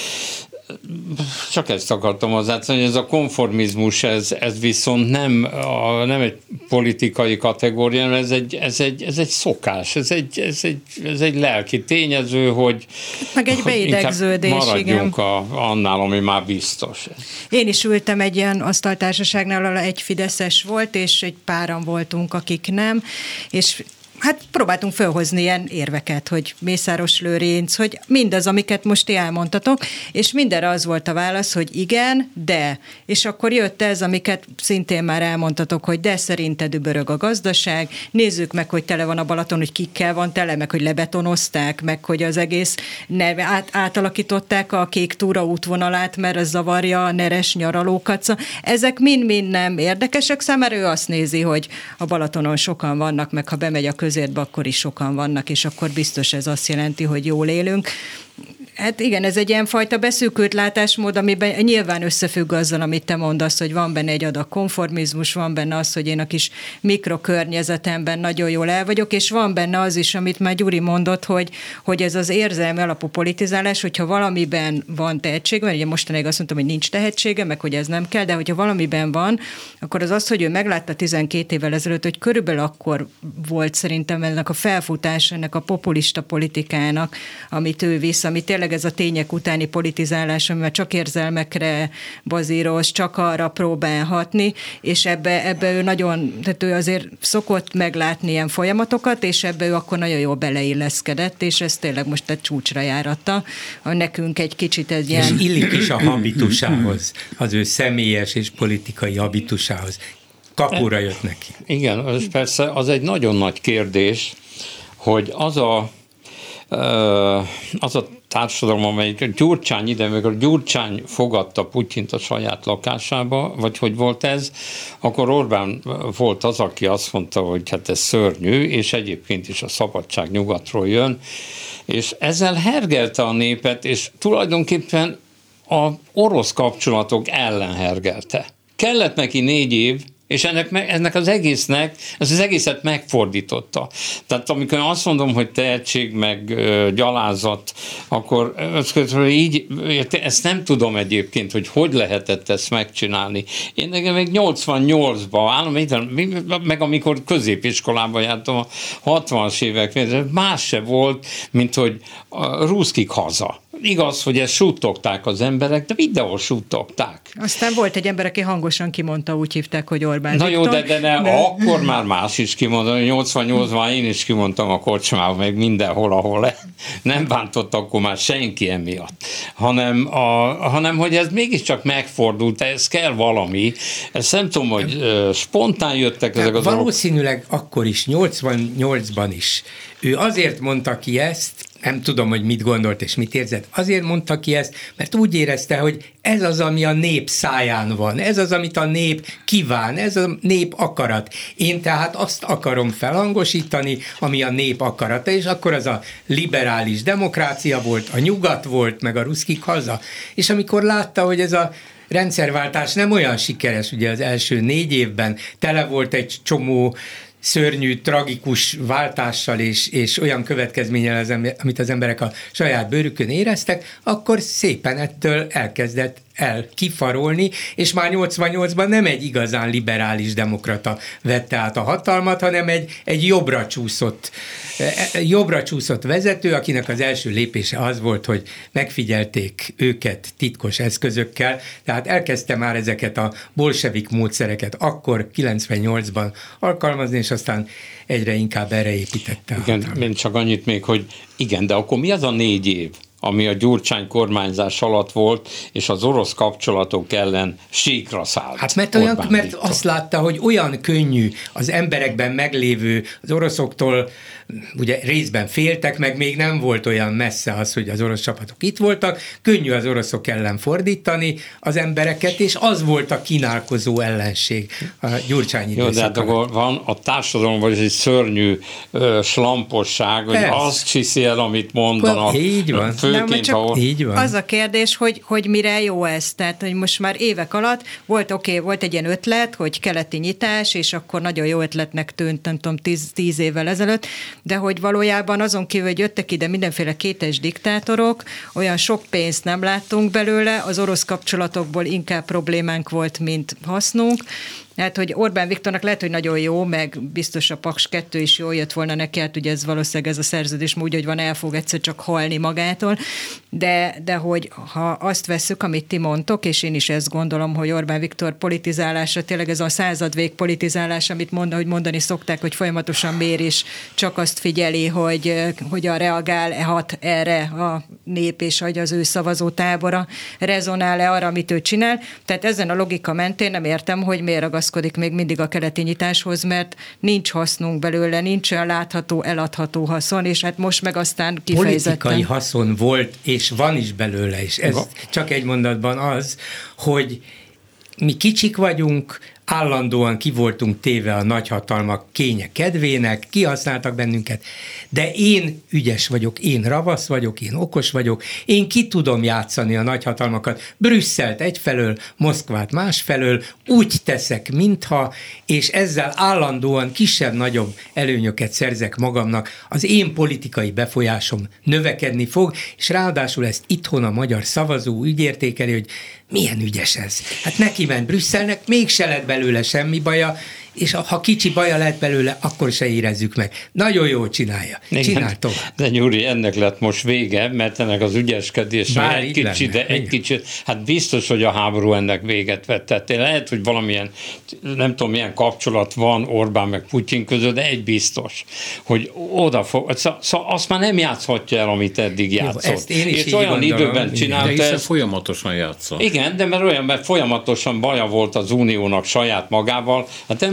Csak ezt akartam hozzátenni, hogy ez a konformizmus, ez, ez viszont nem, a, nem egy politikai kategória, hanem ez egy, ez egy, ez egy szokás, ez egy, ez, egy, ez egy lelki tényező, hogy meg egy beidegződés, maradjunk a, annál, ami már biztos. Én is ültem egy ilyen asztaltársaságnál, ahol egy fideszes volt, és egy páran voltunk, akik nem, és hát próbáltunk felhozni ilyen érveket, hogy Mészáros Lőrinc, hogy mindaz, amiket most ti elmondtatok, és mindenre az volt a válasz, hogy igen, de. És akkor jött ez, amiket szintén már elmondtatok, hogy de szerinted übörög a gazdaság, nézzük meg, hogy tele van a Balaton, hogy kikkel van tele, meg hogy lebetonozták, meg hogy az egész neve, át, átalakították a kék túra útvonalát, mert ez zavarja a neres nyaralókat. Szóval ezek mind-mind nem érdekesek számára, ő azt nézi, hogy a Balatonon sokan vannak, meg ha bemegy a közértbe, akkor is sokan vannak, és akkor biztos ez azt jelenti, hogy jól élünk. Hát igen, ez egy ilyen fajta beszűkült látásmód, amiben nyilván összefügg azzal, amit te mondasz, hogy van benne egy adag konformizmus, van benne az, hogy én a kis mikrokörnyezetemben nagyon jól el vagyok, és van benne az is, amit már Gyuri mondott, hogy, hogy ez az érzelmi alapú politizálás, hogyha valamiben van tehetség, mert ugye mostanáig azt mondtam, hogy nincs tehetsége, meg hogy ez nem kell, de hogyha valamiben van, akkor az az, hogy ő meglátta tizenkét évvel ezelőtt, hogy körülbelül akkor volt szerintem ennek a felfutás, ennek a populista politikának, amit ő visz, ami tényleg ez a tények utáni politizálás, amivel csak érzelmekre bazíroz, csak arra próbál hatni, és ebbe, ebbe ő nagyon, tehát ő azért szokott meglátni ilyen folyamatokat, és ebbe ő akkor nagyon jól beleilleszkedett, és ez tényleg most egy csúcsra járatta. Nekünk egy kicsit ez ilyen... És illik is a habitusához, az ő személyes és politikai habitusához. Kapura jött neki. Igen, és persze az egy nagyon nagy kérdés, hogy az a az a társadalom, amelyik Gyurcsány ide, amikor Gyurcsány fogadta Putyint a saját lakásába, vagy hogy volt ez, akkor Orbán volt az, aki azt mondta, hogy hát ez szörnyű, és egyébként is a szabadság nyugatról jön, és ezzel hergelte a népet, és tulajdonképpen az orosz kapcsolatok ellen hergelte. Kellett neki négy év, És ennek, ennek az egésznek, ez az egészet megfordította. Tehát amikor azt mondom, hogy tehetség meg ö, gyalázat, akkor így, ezt nem tudom egyébként, hogy hogy lehetett ezt megcsinálni. Én nekem még nyolcvannyolcban állom, meg amikor középiskolában jártam a hatvanas évek, más se volt, mint hogy ruszkik haza. Igaz, hogy ezt suttogták az emberek, de videó suttogták. Aztán volt egy ember, aki hangosan kimondta, úgy hívták, hogy Orbán Na Viktor. jó, de, de, ne, de akkor már más is kimondta. nyolcvannyolcban én is kimondtam a kocsmában, meg mindenhol, ahol nem bántott akkor már senki emiatt. Hanem, a, hanem hogy ez mégiscsak megfordult, ez kell valami. Ezt nem tudom, hogy uh, spontán jöttek ezek az... Valószínűleg orok. Akkor is, nyolcvannyolcban is. Ő azért mondta ki ezt, nem tudom, hogy mit gondolt és mit érzett, azért mondta ki ezt, mert úgy érezte, hogy ez az, ami a nép száján van, ez az, amit a nép kíván, ez a nép akarat. Én tehát azt akarom felhangosítani, ami a nép akarata, és akkor az a liberális demokrácia volt, a nyugat volt, meg a ruszkik haza. És amikor látta, hogy ez a rendszerváltás nem olyan sikeres, ugye az első négy évben tele volt egy csomó szörnyű, tragikus váltással és, és olyan következménnyel, az ember, amit az emberek a saját bőrükön éreztek, akkor szépen ettől elkezdett el kifarolni, és már nyolcvannyolcban nem egy igazán liberális demokrata vette át a hatalmat, hanem egy, egy jobbra csúszott, jobbra csúszott vezető, akinek az első lépése az volt, hogy megfigyelték őket titkos eszközökkel, tehát elkezdte már ezeket a bolsevik módszereket akkor kilencvennyolcban alkalmazni, és aztán egyre inkább erre építette a igen, hatalmat. én csak annyit még, hogy igen, de akkor mi az a négy év, ami a Gyurcsány kormányzás alatt volt, és az orosz kapcsolatok ellen síkra szállt? Hát mert, olyan, mert azt látta, hogy olyan könnyű az emberekben meglévő, az oroszoktól ugye részben féltek, meg még nem volt olyan messze az, hogy az orosz csapatok itt voltak, könnyű az oroszok ellen fordítani az embereket, és az volt a kínálkozó ellenség a Gyurcsány időszak. Jó, de hát akkor van a társadalomban egy szörnyű ö, slamposság, hogy Persze. azt hiszi el, amit mondanak. Így van. Főként, csak ahol... így van. Az a kérdés, hogy, hogy mire jó ez? Tehát, hogy most már évek alatt volt oké, okay, volt egy ilyen ötlet, hogy keleti nyitás, és akkor nagyon jó ötletnek tűnt, nem tudom, tíz, tíz évvel ezelőtt, de hogy valójában azon kívül, hogy jöttek ide mindenféle kétes diktátorok, olyan sok pénzt nem láttunk belőle, az orosz kapcsolatokból inkább problémánk volt, mint hasznunk. Hát, hogy Orbán Viktornak lehet, hogy nagyon jó, meg biztos a Paks kettő is jól jött volna neki, hát ugye ez valószínűleg ez a szerződés úgy, hogy van, el fog egyszer csak halni magától, de, de hogy ha azt vesszük, amit ti mondtok, és én is ezt gondolom, hogy Orbán Viktor politizálása, tényleg ez a századvég politizálás, amit mond, hogy mondani szokták, hogy folyamatosan mér, és csak azt figyeli, hogy hogyan reagál, hat erre a nép, és hogy az ő szavazótábora rezonál-e arra, amit ő csinál. Tehát ezen a logika mentén nem értem, hogy miért ragaszkodik még mindig a keleti nyitáshoz, mert nincs hasznunk belőle, nincs olyan látható, eladható haszon, és hát most meg aztán kifejezetten. Politikai haszon volt, és van is belőle, és ez csak egy mondatban az, hogy mi kicsik vagyunk, állandóan ki voltunk téve a nagyhatalmak kénye kedvének, kihasználtak bennünket, de én ügyes vagyok, én ravasz vagyok, én okos vagyok, én ki tudom játszani a nagyhatalmakat, Brüsszelt egyfelől, Moszkvát másfelől, úgy teszek, mintha, és ezzel állandóan kisebb-nagyobb előnyöket szerzek magamnak, az én politikai befolyásom növekedni fog, és ráadásul ezt itthon a magyar szavazó úgy értékeli, hogy milyen ügyes ez. Hát neki ment Brüsszelnek, mégse lett belőle semmi baja, és ha kicsi baja lett belőle, akkor se érezzük meg. Nagyon jól csinálja. Csinál tovább. De Gyuri, ennek lett most vége, mert ennek az ügyeskedésnek egy kicsi, de egy kicsit, hát biztos, hogy a háború ennek véget vett. Lehet, hogy valamilyen, nem tudom, milyen kapcsolat van Orbán meg Putyin között, de egy biztos, hogy oda fog, szóval azt már nem játszhatja el, amit eddig játszott. Jó, és olyan gondolom, időben csinálta de ezt. Folyamatosan játszott. Igen, de mert olyan, mert folyamatosan baja volt az Uniónak saját magával. Hát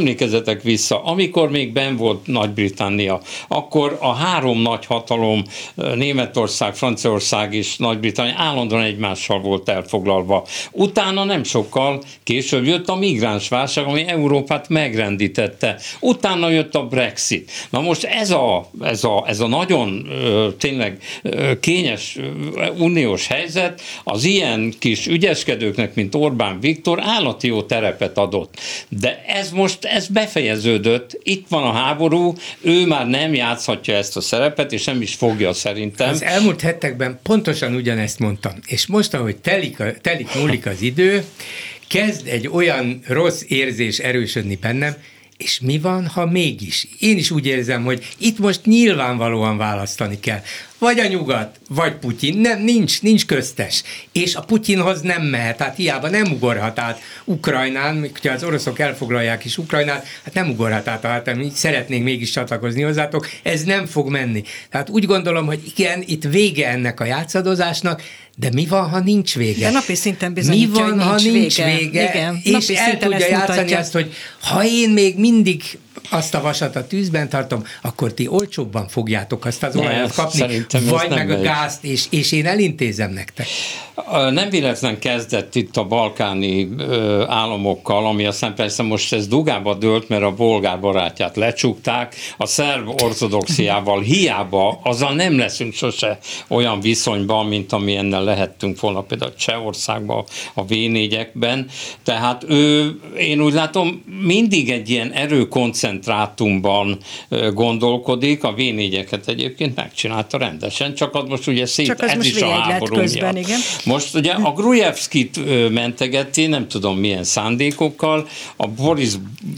emlékezzetek vissza, amikor még benn volt Nagy-Britannia, akkor a három nagy hatalom, Németország, Franciaország és Nagy-Britannia állandóan egymással volt elfoglalva. Utána nem sokkal később jött a migránsválság, ami Európát megrendítette. Utána jött a Brexit. Na most ez a, ez a, ez a nagyon tényleg kényes uniós helyzet az ilyen kis ügyeskedőknek, mint Orbán Viktor állati jó terepet adott. De ez most, ez befejeződött, itt van a háború, ő már nem játszhatja ezt a szerepet, és nem is fogja szerintem. Az elmúlt hetekben pontosan ugyanezt mondtam, és most, ahogy telik, a, telik múlik az idő, kezd egy olyan rossz érzés erősödni bennem, és mi van, ha mégis? Én is úgy érzem, hogy itt most nyilvánvalóan választani kell. Vagy a nyugat, vagy Putyin. Nem, nincs, nincs köztes. És a Putyinhoz nem mehet, hát hiába nem ugorhat át Ukrajnán, hogyha az oroszok elfoglalják is Ukrajnát, hát nem ugorhat át, hát mi szeretnénk mégis csatlakozni hozzátok, ez nem fog menni. Tehát úgy gondolom, hogy igen, itt vége ennek a játszadozásnak, de mi van, ha nincs vége? De napi szinten bizonyítja, mi van, hogy nincs ha nincs vége, vége igen, és el tudja játszani mutatja. Azt, hogy ha én még mindig azt a vasat a tűzben tartom, akkor ti olcsóbban fogjátok azt az olajat kapni, vagy meg a gázt, és, és én elintézem nektek. Nem véletlen kezdett itt a balkáni államokkal, ami aztán persze most ez dugába dőlt, mert a bolgár barátját lecsukták, a szerb ortodoxiával hiába, azzal nem leszünk sose olyan viszonyban, mint amilyennel lehettünk volna például Csehországban, a vé négyekben. Tehát ő, én úgy látom, mindig egy ilyen erőkoncentrátumban gondolkodik, a vé négyeket egyébként megcsinálta rendesen, csak az most ugye szép, csak az ez most is a háború közben, miatt. Igen. Most ugye a Grujevskit mentegeti, nem tudom milyen szándékokkal, a Boris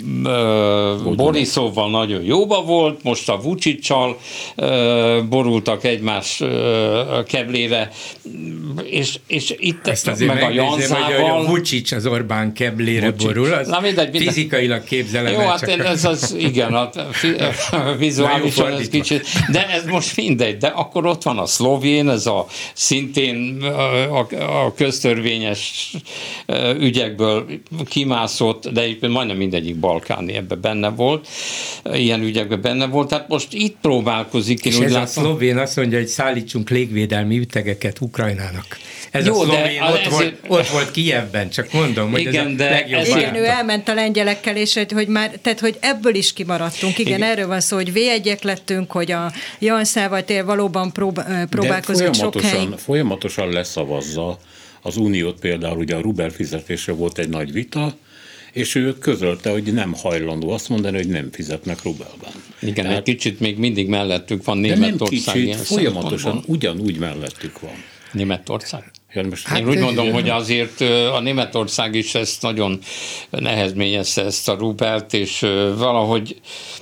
uh, Borisovval nagyon jóba volt, most a Vučićsal uh, borultak egymás uh, keblére, és, és itt ezt meg a Janzával. A Vučić az Orbán keblére Vučić. Borul, az Na, mindegy, mindegy. Fizikailag képzelem. Jó, hát ez az, igen, a, a vizuálisan ez kicsit, de ez most mindegy, de akkor ott van a szlovén, ez a szintén a, a köztörvényes ügyekből kimászott, de egyébként majdnem mindegyik balkáni ebben benne volt, ilyen ügyekben benne volt, tehát most itt próbálkozik. És ez látom, a szlovén azt mondja, hogy szállítsunk légvédelmi ütegeket Ukrajnának. Ez jó, a szlovén ott, ezért... volt, ott volt Kijevben, csak mondom, hogy igen, ez a legjobb ezért... Igen, ő elment a lengyelekkel, és hogy már, tehát, hogy ebből is kimaradtunk. Igen, igen. Erről van szó, hogy vé egyek lettünk, hogy a Janszával tél valóban prób- próbálkozott sok hely. Folyamatosan leszavazza az uniót, például ugye a rubel fizetésre volt egy nagy vita, és ő közölte, hogy nem hajlandó azt mondani, hogy nem fizetnek rubelben. Igen, tehát, egy kicsit még mindig mellettük van Németország. De nem kicsit, folyamatosan ugyanúgy mellettük van. Németország? Ja, most hát, én úgy mondom, igen. hogy azért a Németország is ezt nagyon nehezményezte ezt a rubelt, és valahogy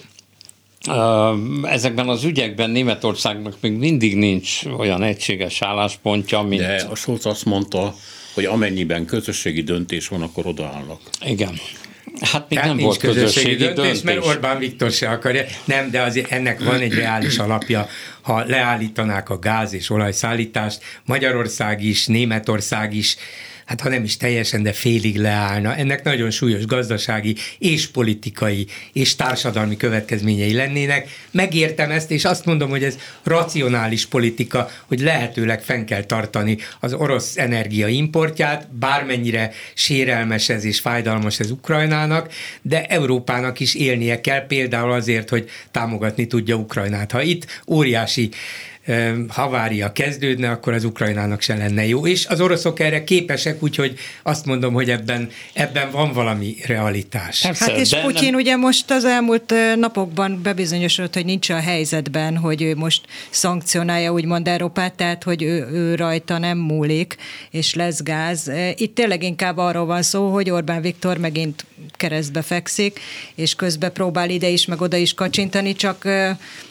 ezekben az ügyekben Németországnak még mindig nincs olyan egységes álláspontja, mint... De a Scholz azt mondta, hogy amennyiben közösségi döntés van, akkor odaállnak. Igen. Hát még Tehát nem volt közösségi, közösségi döntés, döntés. Mert Orbán Viktor se akarja. Nem, de azért ennek van egy reális alapja. Ha leállítanák a gáz- és olajszállítást, Magyarország is, Németország is, hát ha nem is teljesen, de félig leállna. Ennek nagyon súlyos gazdasági és politikai és társadalmi következményei lennének. Megértem ezt, és azt mondom, hogy ez racionális politika, hogy lehetőleg fenn kell tartani az orosz energia importját, bármennyire sérelmes ez és fájdalmas ez Ukrajnának, de Európának is élnie kell, például azért, hogy támogatni tudja Ukrajnát. Ha itt óriási havária kezdődne, akkor az Ukrajnának se lenne jó. És az oroszok erre képesek, úgyhogy azt mondom, hogy ebben, ebben van valami realitás. Persze, hát és Putyin nem... ugye most az elmúlt napokban bebizonyosodott, hogy nincs a helyzetben, hogy ő most szankcionálja úgymond Európát, tehát hogy ő, ő rajta nem múlik, és lesz gáz. Itt tényleg inkább arról van szó, hogy Orbán Viktor megint keresztbe fekszik, és közben próbál ide is, meg oda is kacsintani, csak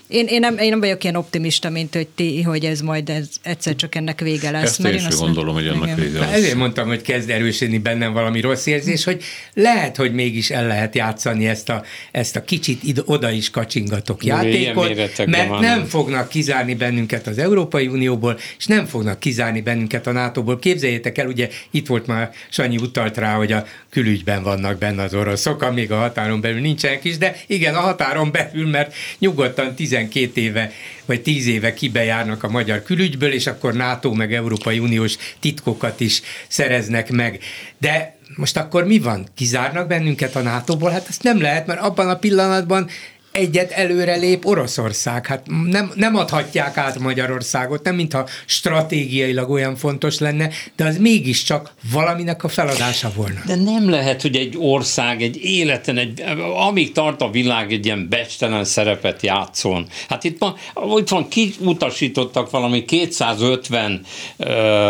Én, én, nem, én nem vagyok ilyen optimista, mint hogy ti, hogy ez majd ez egyszer csak ennek vége lesz. Ezt én is gondolom, hogy ennek igen. vége lesz. Ezért mondtam, hogy kezd erősödni bennem valami rossz érzés, hogy lehet, hogy mégis el lehet játszani ezt a, ezt a kicsit id- oda is kacsingatok játékot, mert nem fognak kizárni bennünket az Európai Unióból, és nem fognak kizárni bennünket a nátóból. Képzeljétek el, ugye itt volt már, Sanyi utalt rá, hogy a külügyben vannak benne az oroszok, amíg a határon belül nincsenek is, de igen, a határon belül, mert nyugodtan tizenkét éve vagy tíz éve kibejárnak a magyar külügyből, és akkor NATO meg Európai Uniós titkokat is szereznek meg. De most akkor mi van? Kizárnak bennünket a nátóból? Hát ezt nem lehet, mert abban a pillanatban egyet előrelép Oroszország. Hát nem, nem adhatják át Magyarországot, nem mintha stratégiailag olyan fontos lenne, de az mégiscsak valaminek a feladása volna. De nem lehet, hogy egy ország egy életen, egy, amíg tart a világ, egy ilyen becstelen szerepet játszon. Hát itt van, itt van kiutasítottak valami kétszázötven uh,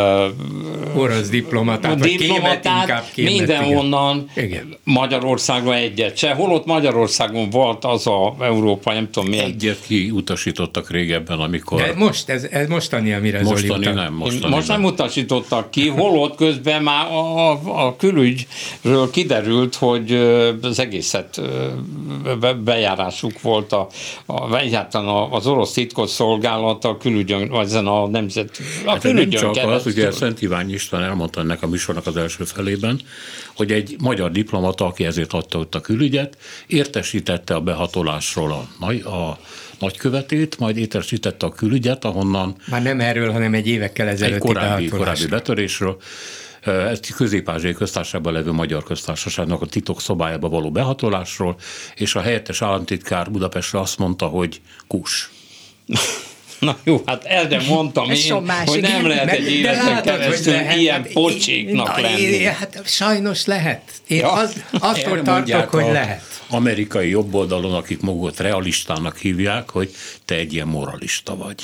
orosz diplomatát, diplomatát mindenhonnan Magyarországon egyet se. Holott Magyarországon volt az a Európa, nem tudom milyen. Egyet kiutasítottak régebben, amikor... De most, ez, ez mostani, amire mostani Zoli nem, mostani Most nem utasítottak ki, holott közben már a, a, a külügyről kiderült, hogy az egészet bejárásuk volt a, a, egyáltalán az orosz titkosszolgálat a külügyön, vagy ezen a nemzet, a hát külügyön nem csak keresztül. az, ugye Szent Iványi István elmondta ennek a műsornak az első felében, hogy egy magyar diplomata, aki ezért adta ott a külügyet, értesítette a behatolásról a, a nagykövetét, majd értesítette a külügyet, ahonnan... Már nem erről, hanem egy évekkel ezelőtti egy korábbi, korábbi betörésről. Ez Közép-Ázsiai Köztársaságban levő Magyar Köztársaságnak a titok szobájába való behatolásról, és a helyettes államtitkár Budapestre azt mondta, hogy kus. Na jó, hát erre mondtam én, hogy nem igen. lehet egy életen keresztül lehet, ilyen hát, pocséknak lenni. Hát sajnos lehet. Én ja. az, attól tartok, hogy lehet. Amerikai jobboldalon, akik magukat realistának hívják, hogy te egy ilyen moralista vagy.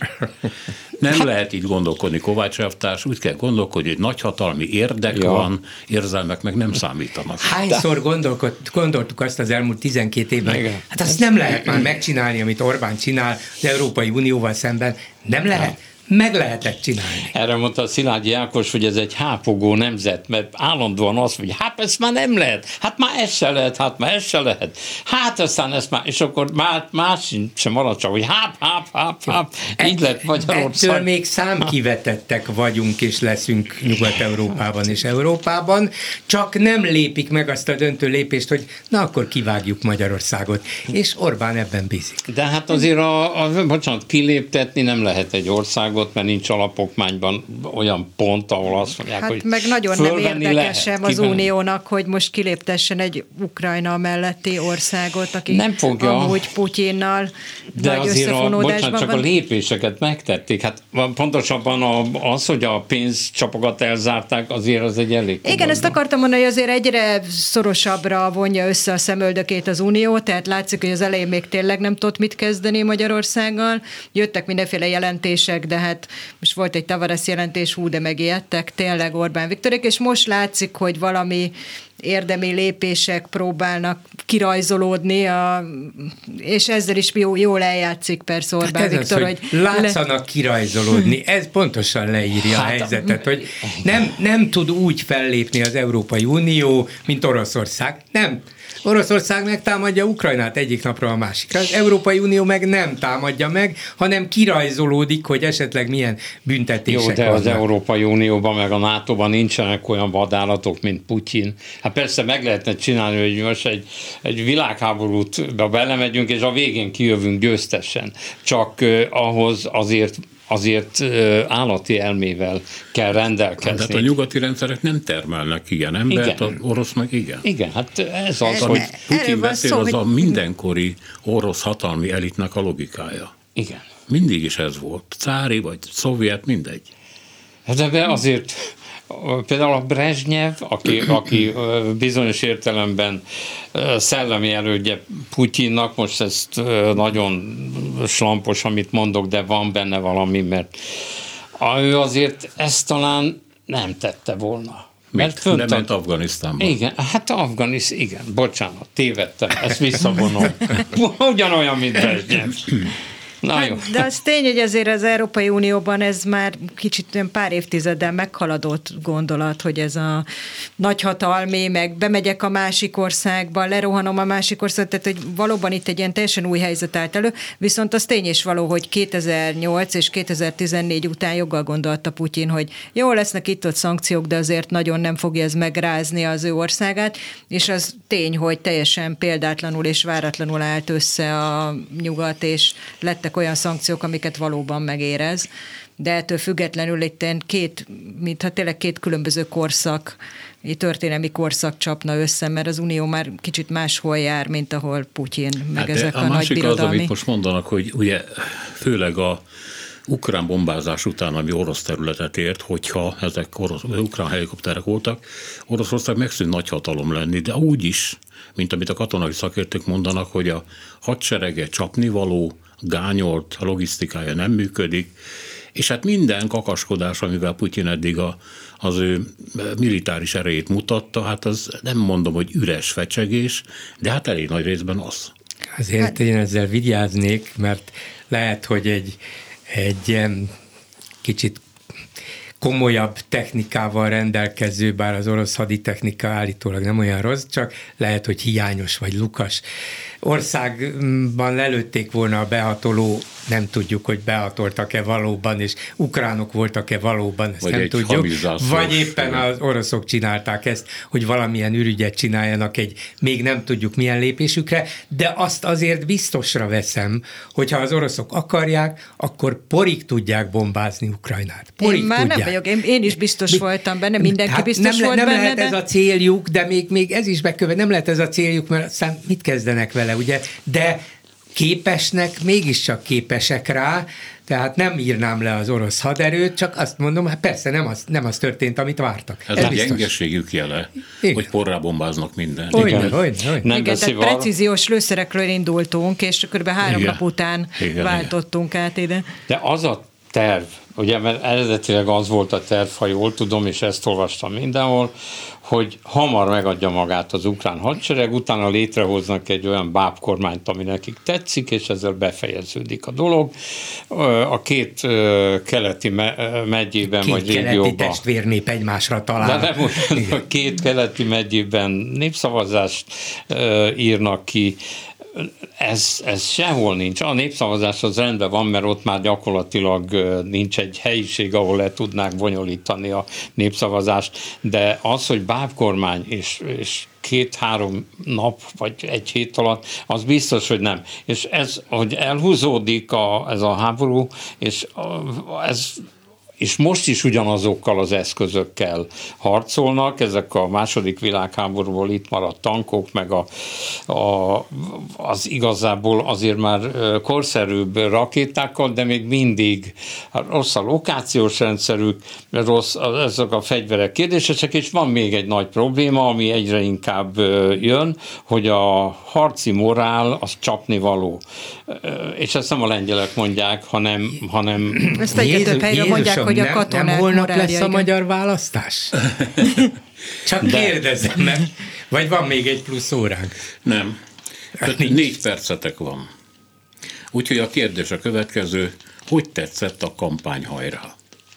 Nem hát, lehet így gondolkodni, Kovács elvtárs, úgy kell gondolkodni, hogy nagyhatalmi érdek ja. van, érzelmek meg nem számítanak. Hányszor gondoltuk azt az elmúlt tizenkét évben, igen. hát azt nem lehet már megcsinálni, amit Orbán csinál az Európai Unióval szemben, nem lehet. Ja. Meg lehetett csinálni. Erre mondta Szilágyi Ákos, hogy ez egy hápogó nemzet, mert állandóan azt mondja, hát ezt már nem lehet, hát már ez se lehet, hát már ez se lehet. Hát aztán ezt már, és akkor már, más sem marad csak, hogy háp, háp, háp, háp. Így lett Magyarország. Ettől még számkivetettek vagyunk és leszünk Nyugat-Európában és Európában, csak nem lépik meg azt a döntő lépést, hogy na akkor kivágjuk Magyarországot. És Orbán ebben bízik. De hát azért a, a bocsánat, kiléptetni nem lehet egy országot, mert nincs alapokmányban olyan pont, ahol azt mondják, hát hogy meg nagyon nem érdekesem az Uniónak, hogy most kiléptessen egy Ukrajna melletti országot, aki nem fogja, amúgy Putyinnal de vagy azért a, bocsánat, csak van. a lépéseket megtették. Hát pontosabban az, hogy a pénzcsapokat elzárták, azért az egy elég. Igen, ezt akartam mondani, hogy azért egyre szorosabbra vonja össze a szemöldökét az Unió, tehát látszik, hogy az elején még tényleg nem tudott mit kezdeni Magyarországgal. Jöttek mindenféle jelentések, de hát most volt egy Tavares jelentés, hú, de megijedtek tényleg Orbán Viktorék, és most látszik, hogy valami érdemi lépések próbálnak kirajzolódni, a, és ezzel is jó, jól eljátszik persze Orbán hát Viktor, az, hogy, hogy látszanak le... kirajzolódni. Ez pontosan leírja hát, a helyzetet, hogy nem, nem tud úgy fellépni az Európai Unió, mint Oroszország. Nem. Oroszország megtámadja Ukrajnát egyik napra a másikra. Az Európai Unió meg nem támadja meg, hanem kirajzolódik, hogy esetleg milyen büntetések Jó, de vannak. Az Európai Unióban meg a nátóban nincsenek olyan vadállatok, mint Putyin. Hát persze meg lehetne csinálni, hogy most egy, egy világháborút belemegyünk, és a végén kijövünk győztesen. Csak uh, ahhoz azért azért állati elmével kell rendelkezni. Tehát a nyugati rendszerek nem termelnek ilyen embert, az orosz meg igen. Igen, hát ez az, hogy Putyin beszél, szó, az hogy... a mindenkori orosz hatalmi elitnek a logikája. Igen. Mindig is ez volt. Cári vagy szovjet, mindegy. De azért például a Brezsnyev, aki, aki bizonyos értelemben szellemi elődje Putyinnak, most ezt nagyon slampos, amit mondok, de van benne valami, mert ő azért ezt talán nem tette volna. Mert nem ment Afganisztánban. Igen, hát Afganisztán, igen, bocsánat, tévedtem, ezt visszavonom. Ugyanolyan, mint Brezsnyev. Na hát, jó. De az tény, hogy azért az Európai Unióban ez már kicsit pár évtizeddel meghaladott gondolat, hogy ez a nagyhatalmi, meg bemegyek a másik országba, lerohanom a másik országba, tehát hogy valóban itt egy ilyen teljesen új helyzet állt elő, viszont az tény is való, hogy kétezer-nyolc és kétezer-tizennégy után joggal gondolta Putyin, hogy jó, lesznek itt-ott szankciók, de azért nagyon nem fogja ez megrázni az ő országát, és az tény, hogy teljesen példátlanul és váratlanul állt össze a nyugat, és lettek olyan szankciók, amiket valóban megérez. De ettől függetlenül itt két, mintha tényleg két különböző korszak, egy történelmi korszak csapna össze, mert az Unió már kicsit máshol jár, mint ahol Putyin, meg hát ezek a, a nagy birodalmi. Az, amit most mondanak, hogy ugye főleg a ukrán bombázás után, ami orosz területet ért, hogyha ezek orosz, ukrán helikopterek voltak, Oroszország megszűnt nagyhatalom lenni, de úgy is, mint amit a katonai szakértők mondanak, hogy a hadserege csapnivaló, gányolt, a logisztikája nem működik, és hát minden kakaskodás, amivel Putyin eddig a, az ő militáris erejét mutatta, hát az nem mondom, hogy üres fecsegés, de hát elég nagy részben az. Azért hát, én ezzel vigyáznék, mert lehet, hogy egy, egy kicsit komolyabb technikával rendelkező, bár az orosz haditechnika állítólag nem olyan rossz, csak lehet, hogy hiányos vagy lukas országban lelőtték volna a behatoló, nem tudjuk, hogy behatoltak-e valóban, és ukránok voltak-e valóban, ezt vagy nem tudjuk. Vagy éppen az oroszok csinálták ezt, hogy valamilyen ürügyet csináljanak egy még nem tudjuk milyen lépésükre, de azt azért biztosra veszem, hogyha az oroszok akarják, akkor porig tudják bombázni Ukrajnát. Porig én már tudják. nem vagyok, én, én is biztos Mi, voltam benne, mindenki hát biztos nem, volt nem benne. Nem lehet de... ez a céljuk, de még, még ez is bekövet, nem lehet ez a céljuk, mert aztán mit kezdenek vele, ugye? De képesnek, mégiscsak képesek rá, tehát nem írnám le az orosz haderőt, csak azt mondom, hát persze nem az, nem az történt, amit vártak. Ez, Ez a gyengeségük jele, igen. hogy porrá bombáznak mindent. Olyan, olyan, olyan. Nem igen, tehát precíziós lőszerekről indultunk, és kb. három igen. nap után igen, váltottunk igen. át ide. De az a terv, ugye, mert eredetileg az volt a terv, ha jól tudom, és ezt olvastam mindenhol, hogy hamar megadja magát az ukrán hadsereg, utána létrehoznak egy olyan bábkormányt, ami nekik tetszik, és ezzel befejeződik a dolog. A két keleti megyében, két vagy régióban... Két keleti testvérnép egymásra talál. De nem olyan, a két keleti megyében népszavazást írnak ki. Ez, ez sehol nincs. A népszavazás az rendben van, mert ott már gyakorlatilag nincs egy helyiség, ahol le tudnák bonyolítani a népszavazást, de az, hogy bábkormány és, és két-három nap, vagy egy hét alatt, az biztos, hogy nem. És ez, hogy elhúzódik a, ez a háború, és ez és most is ugyanazokkal az eszközökkel harcolnak, ezek a második világháborúból itt maradt tankok, meg a, a, az igazából azért már korszerűbb rakétákkal, de még mindig rossz a lokációs rendszerük, rossz ezek a fegyverek kérdésesek, és van még egy nagy probléma, ami egyre inkább jön, hogy a harci morál az csapnivaló. És ezt nem a lengyelek mondják, hanem... hanem ezt egyre több helyről mondják, hogy a katonák nem holnap morálja, lesz a igen. magyar választás? Csak de. Kérdezem, mert vagy van még egy plusz óránk? Nem. Tehát négy percetek van. Úgyhogy a kérdés a következő, hogy tetszett a kampány hajrá?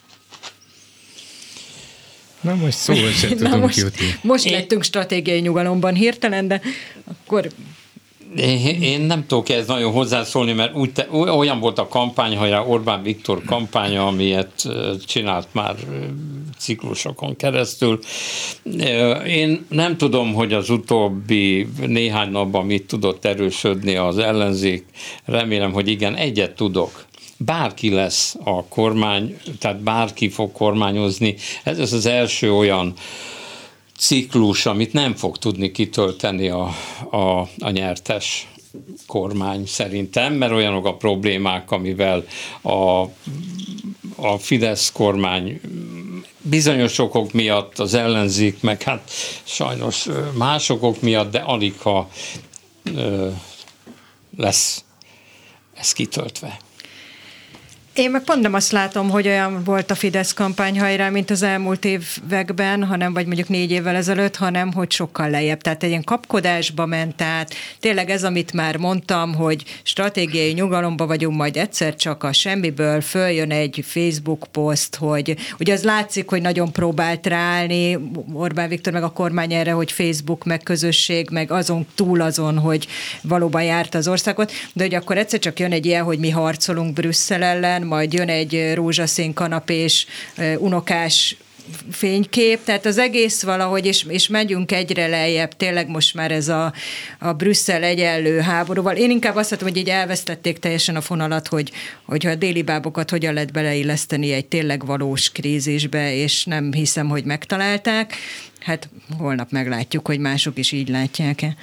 Na most szóval sem tudunk most, jutni. Most Én... lettünk stratégiai nyugalomban hirtelen, de akkor... Én, én nem tudok ez nagyon hozzászólni, mert úgy te, olyan volt a kampány, hogy Orbán Viktor kampánya, amilyet csinált már ciklusokon keresztül. Én nem tudom, hogy az utóbbi néhány napban mit tudott erősödni az ellenzék. Remélem, hogy igen, egyet tudok. Bárki lesz a kormány, tehát bárki fog kormányozni. Ez az az első olyan ciklus, amit nem fog tudni kitölteni a, a, a nyertes kormány szerintem, mert olyanok a problémák, amivel a, a Fidesz kormány bizonyos okok miatt, az ellenzék, meg hát sajnos más okok miatt, de alig ha ö, lesz ez kitöltve. Én meg pont nem azt látom, hogy olyan volt a Fidesz kampány hajrá, mint az elmúlt években, hanem vagy mondjuk négy évvel ezelőtt, hanem hogy sokkal lejjebb. Tehát egy ilyen kapkodásba ment át. Tényleg ez, amit már mondtam, hogy stratégiai nyugalomba vagyunk, majd egyszer csak a semmiből följön egy Facebook poszt, hogy ugye az látszik, hogy nagyon próbált ráállni Orbán Viktor meg a kormány erre, hogy Facebook, meg közösség, meg azon túl azon, hogy valóban járt az országot, de hogy akkor egyszer csak jön egy ilyen, hogy mi harcolunk Brüsszel ellen, majd jön egy rózsaszín kanapés unokás fénykép, tehát az egész valahogy, és, és megyünk egyre lejjebb, tényleg most már ez a, a Brüsszel egyenlő háborúval. Én inkább azt látom, hogy így elvesztették teljesen a fonalat, hogy, hogyha a déli bábokat hogyan lehet beleilleszteni egy tényleg valós krízisbe, és nem hiszem, hogy megtalálták. Hát holnap meglátjuk, hogy mások is így látják-e.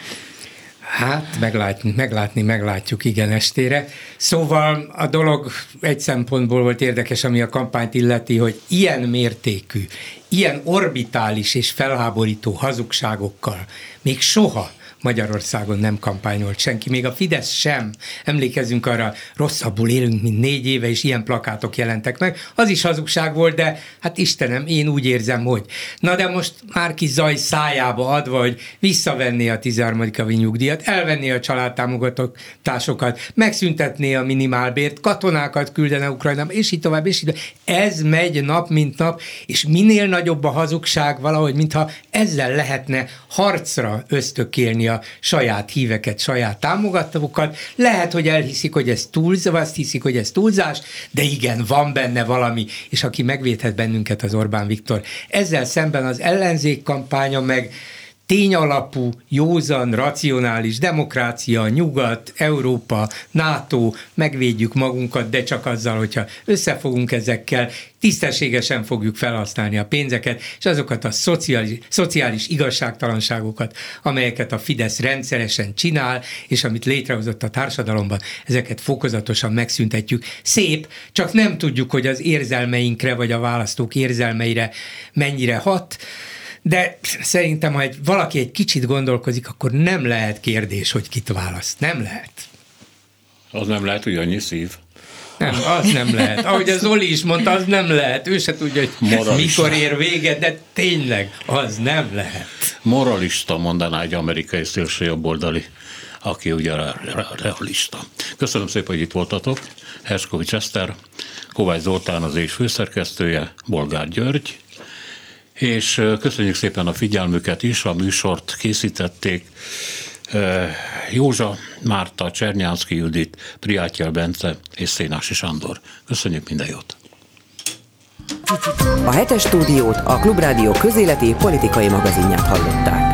Hát, meglátni, meglátni, meglátjuk, igen, estére. Szóval a dolog egy szempontból volt érdekes, ami a kampányt illeti, hogy ilyen mértékű, ilyen orbitális és felháborító hazugságokkal még soha Magyarországon nem kampányolt senki, még a Fidesz sem. Emlékezzünk arra, rosszabbul élünk, mint négy éve, és ilyen plakátok jelentek meg. Az is hazugság volt, de hát Istenem, én úgy érzem, hogy. Na de most Márki Zaj szájába adva, hogy visszavenné a tizenharmadik havi nyugdíjat, elvenné a családtámogatásokat, megszüntetné a minimálbért, katonákat küldene Ukrajnába, és így tovább, és így tovább. Ez megy nap, mint nap, és minél nagyobb a hazugság valahogy, mintha ezzel lehetne harcra ösztökélni a saját híveket, saját támogatókat. Lehet, hogy elhiszik, hogy ez túlzás, azt hiszik, hogy ez túlzás, de igen, van benne valami, és aki megvédhet bennünket, az Orbán Viktor. Ezzel szemben az ellenzék kampánya meg tényalapú, józan, racionális demokrácia, nyugat, Európa, NATO, megvédjük magunkat, de csak azzal, hogyha összefogunk ezekkel, tisztességesen fogjuk felhasználni a pénzeket, és azokat a szociális, szociális igazságtalanságokat, amelyeket a Fidesz rendszeresen csinál, és amit létrehozott a társadalomban, ezeket fokozatosan megszüntetjük. Szép, csak nem tudjuk, hogy az érzelmeinkre, vagy a választók érzelmeire mennyire hat, de szerintem, ha egy, valaki egy kicsit gondolkozik, akkor nem lehet kérdés, hogy kit választ. Nem lehet. Az nem lehet, hogy annyi szív. Nem, az nem lehet. Ahogy az Zoli is mondta, az nem lehet. Ő se tudja, hogy moralista. Mikor ér véget, de tényleg, az nem lehet. Moralista, mondaná egy amerikai szélsőjobboldali, aki ugye realista. Köszönöm szépen, hogy itt voltatok. Herskovics Eszter, Kovács Zoltán az és főszerkesztője, Bolgár György, és köszönjük szépen a figyelmüket is, a műsort készítették Józsa, Márta, Csernyánszky Judit, Priátyel Bence és Szénási Sándor. Köszönjük, minden jót! A hetes stúdiót, a Klubrádió közéleti politikai magazinját hallották.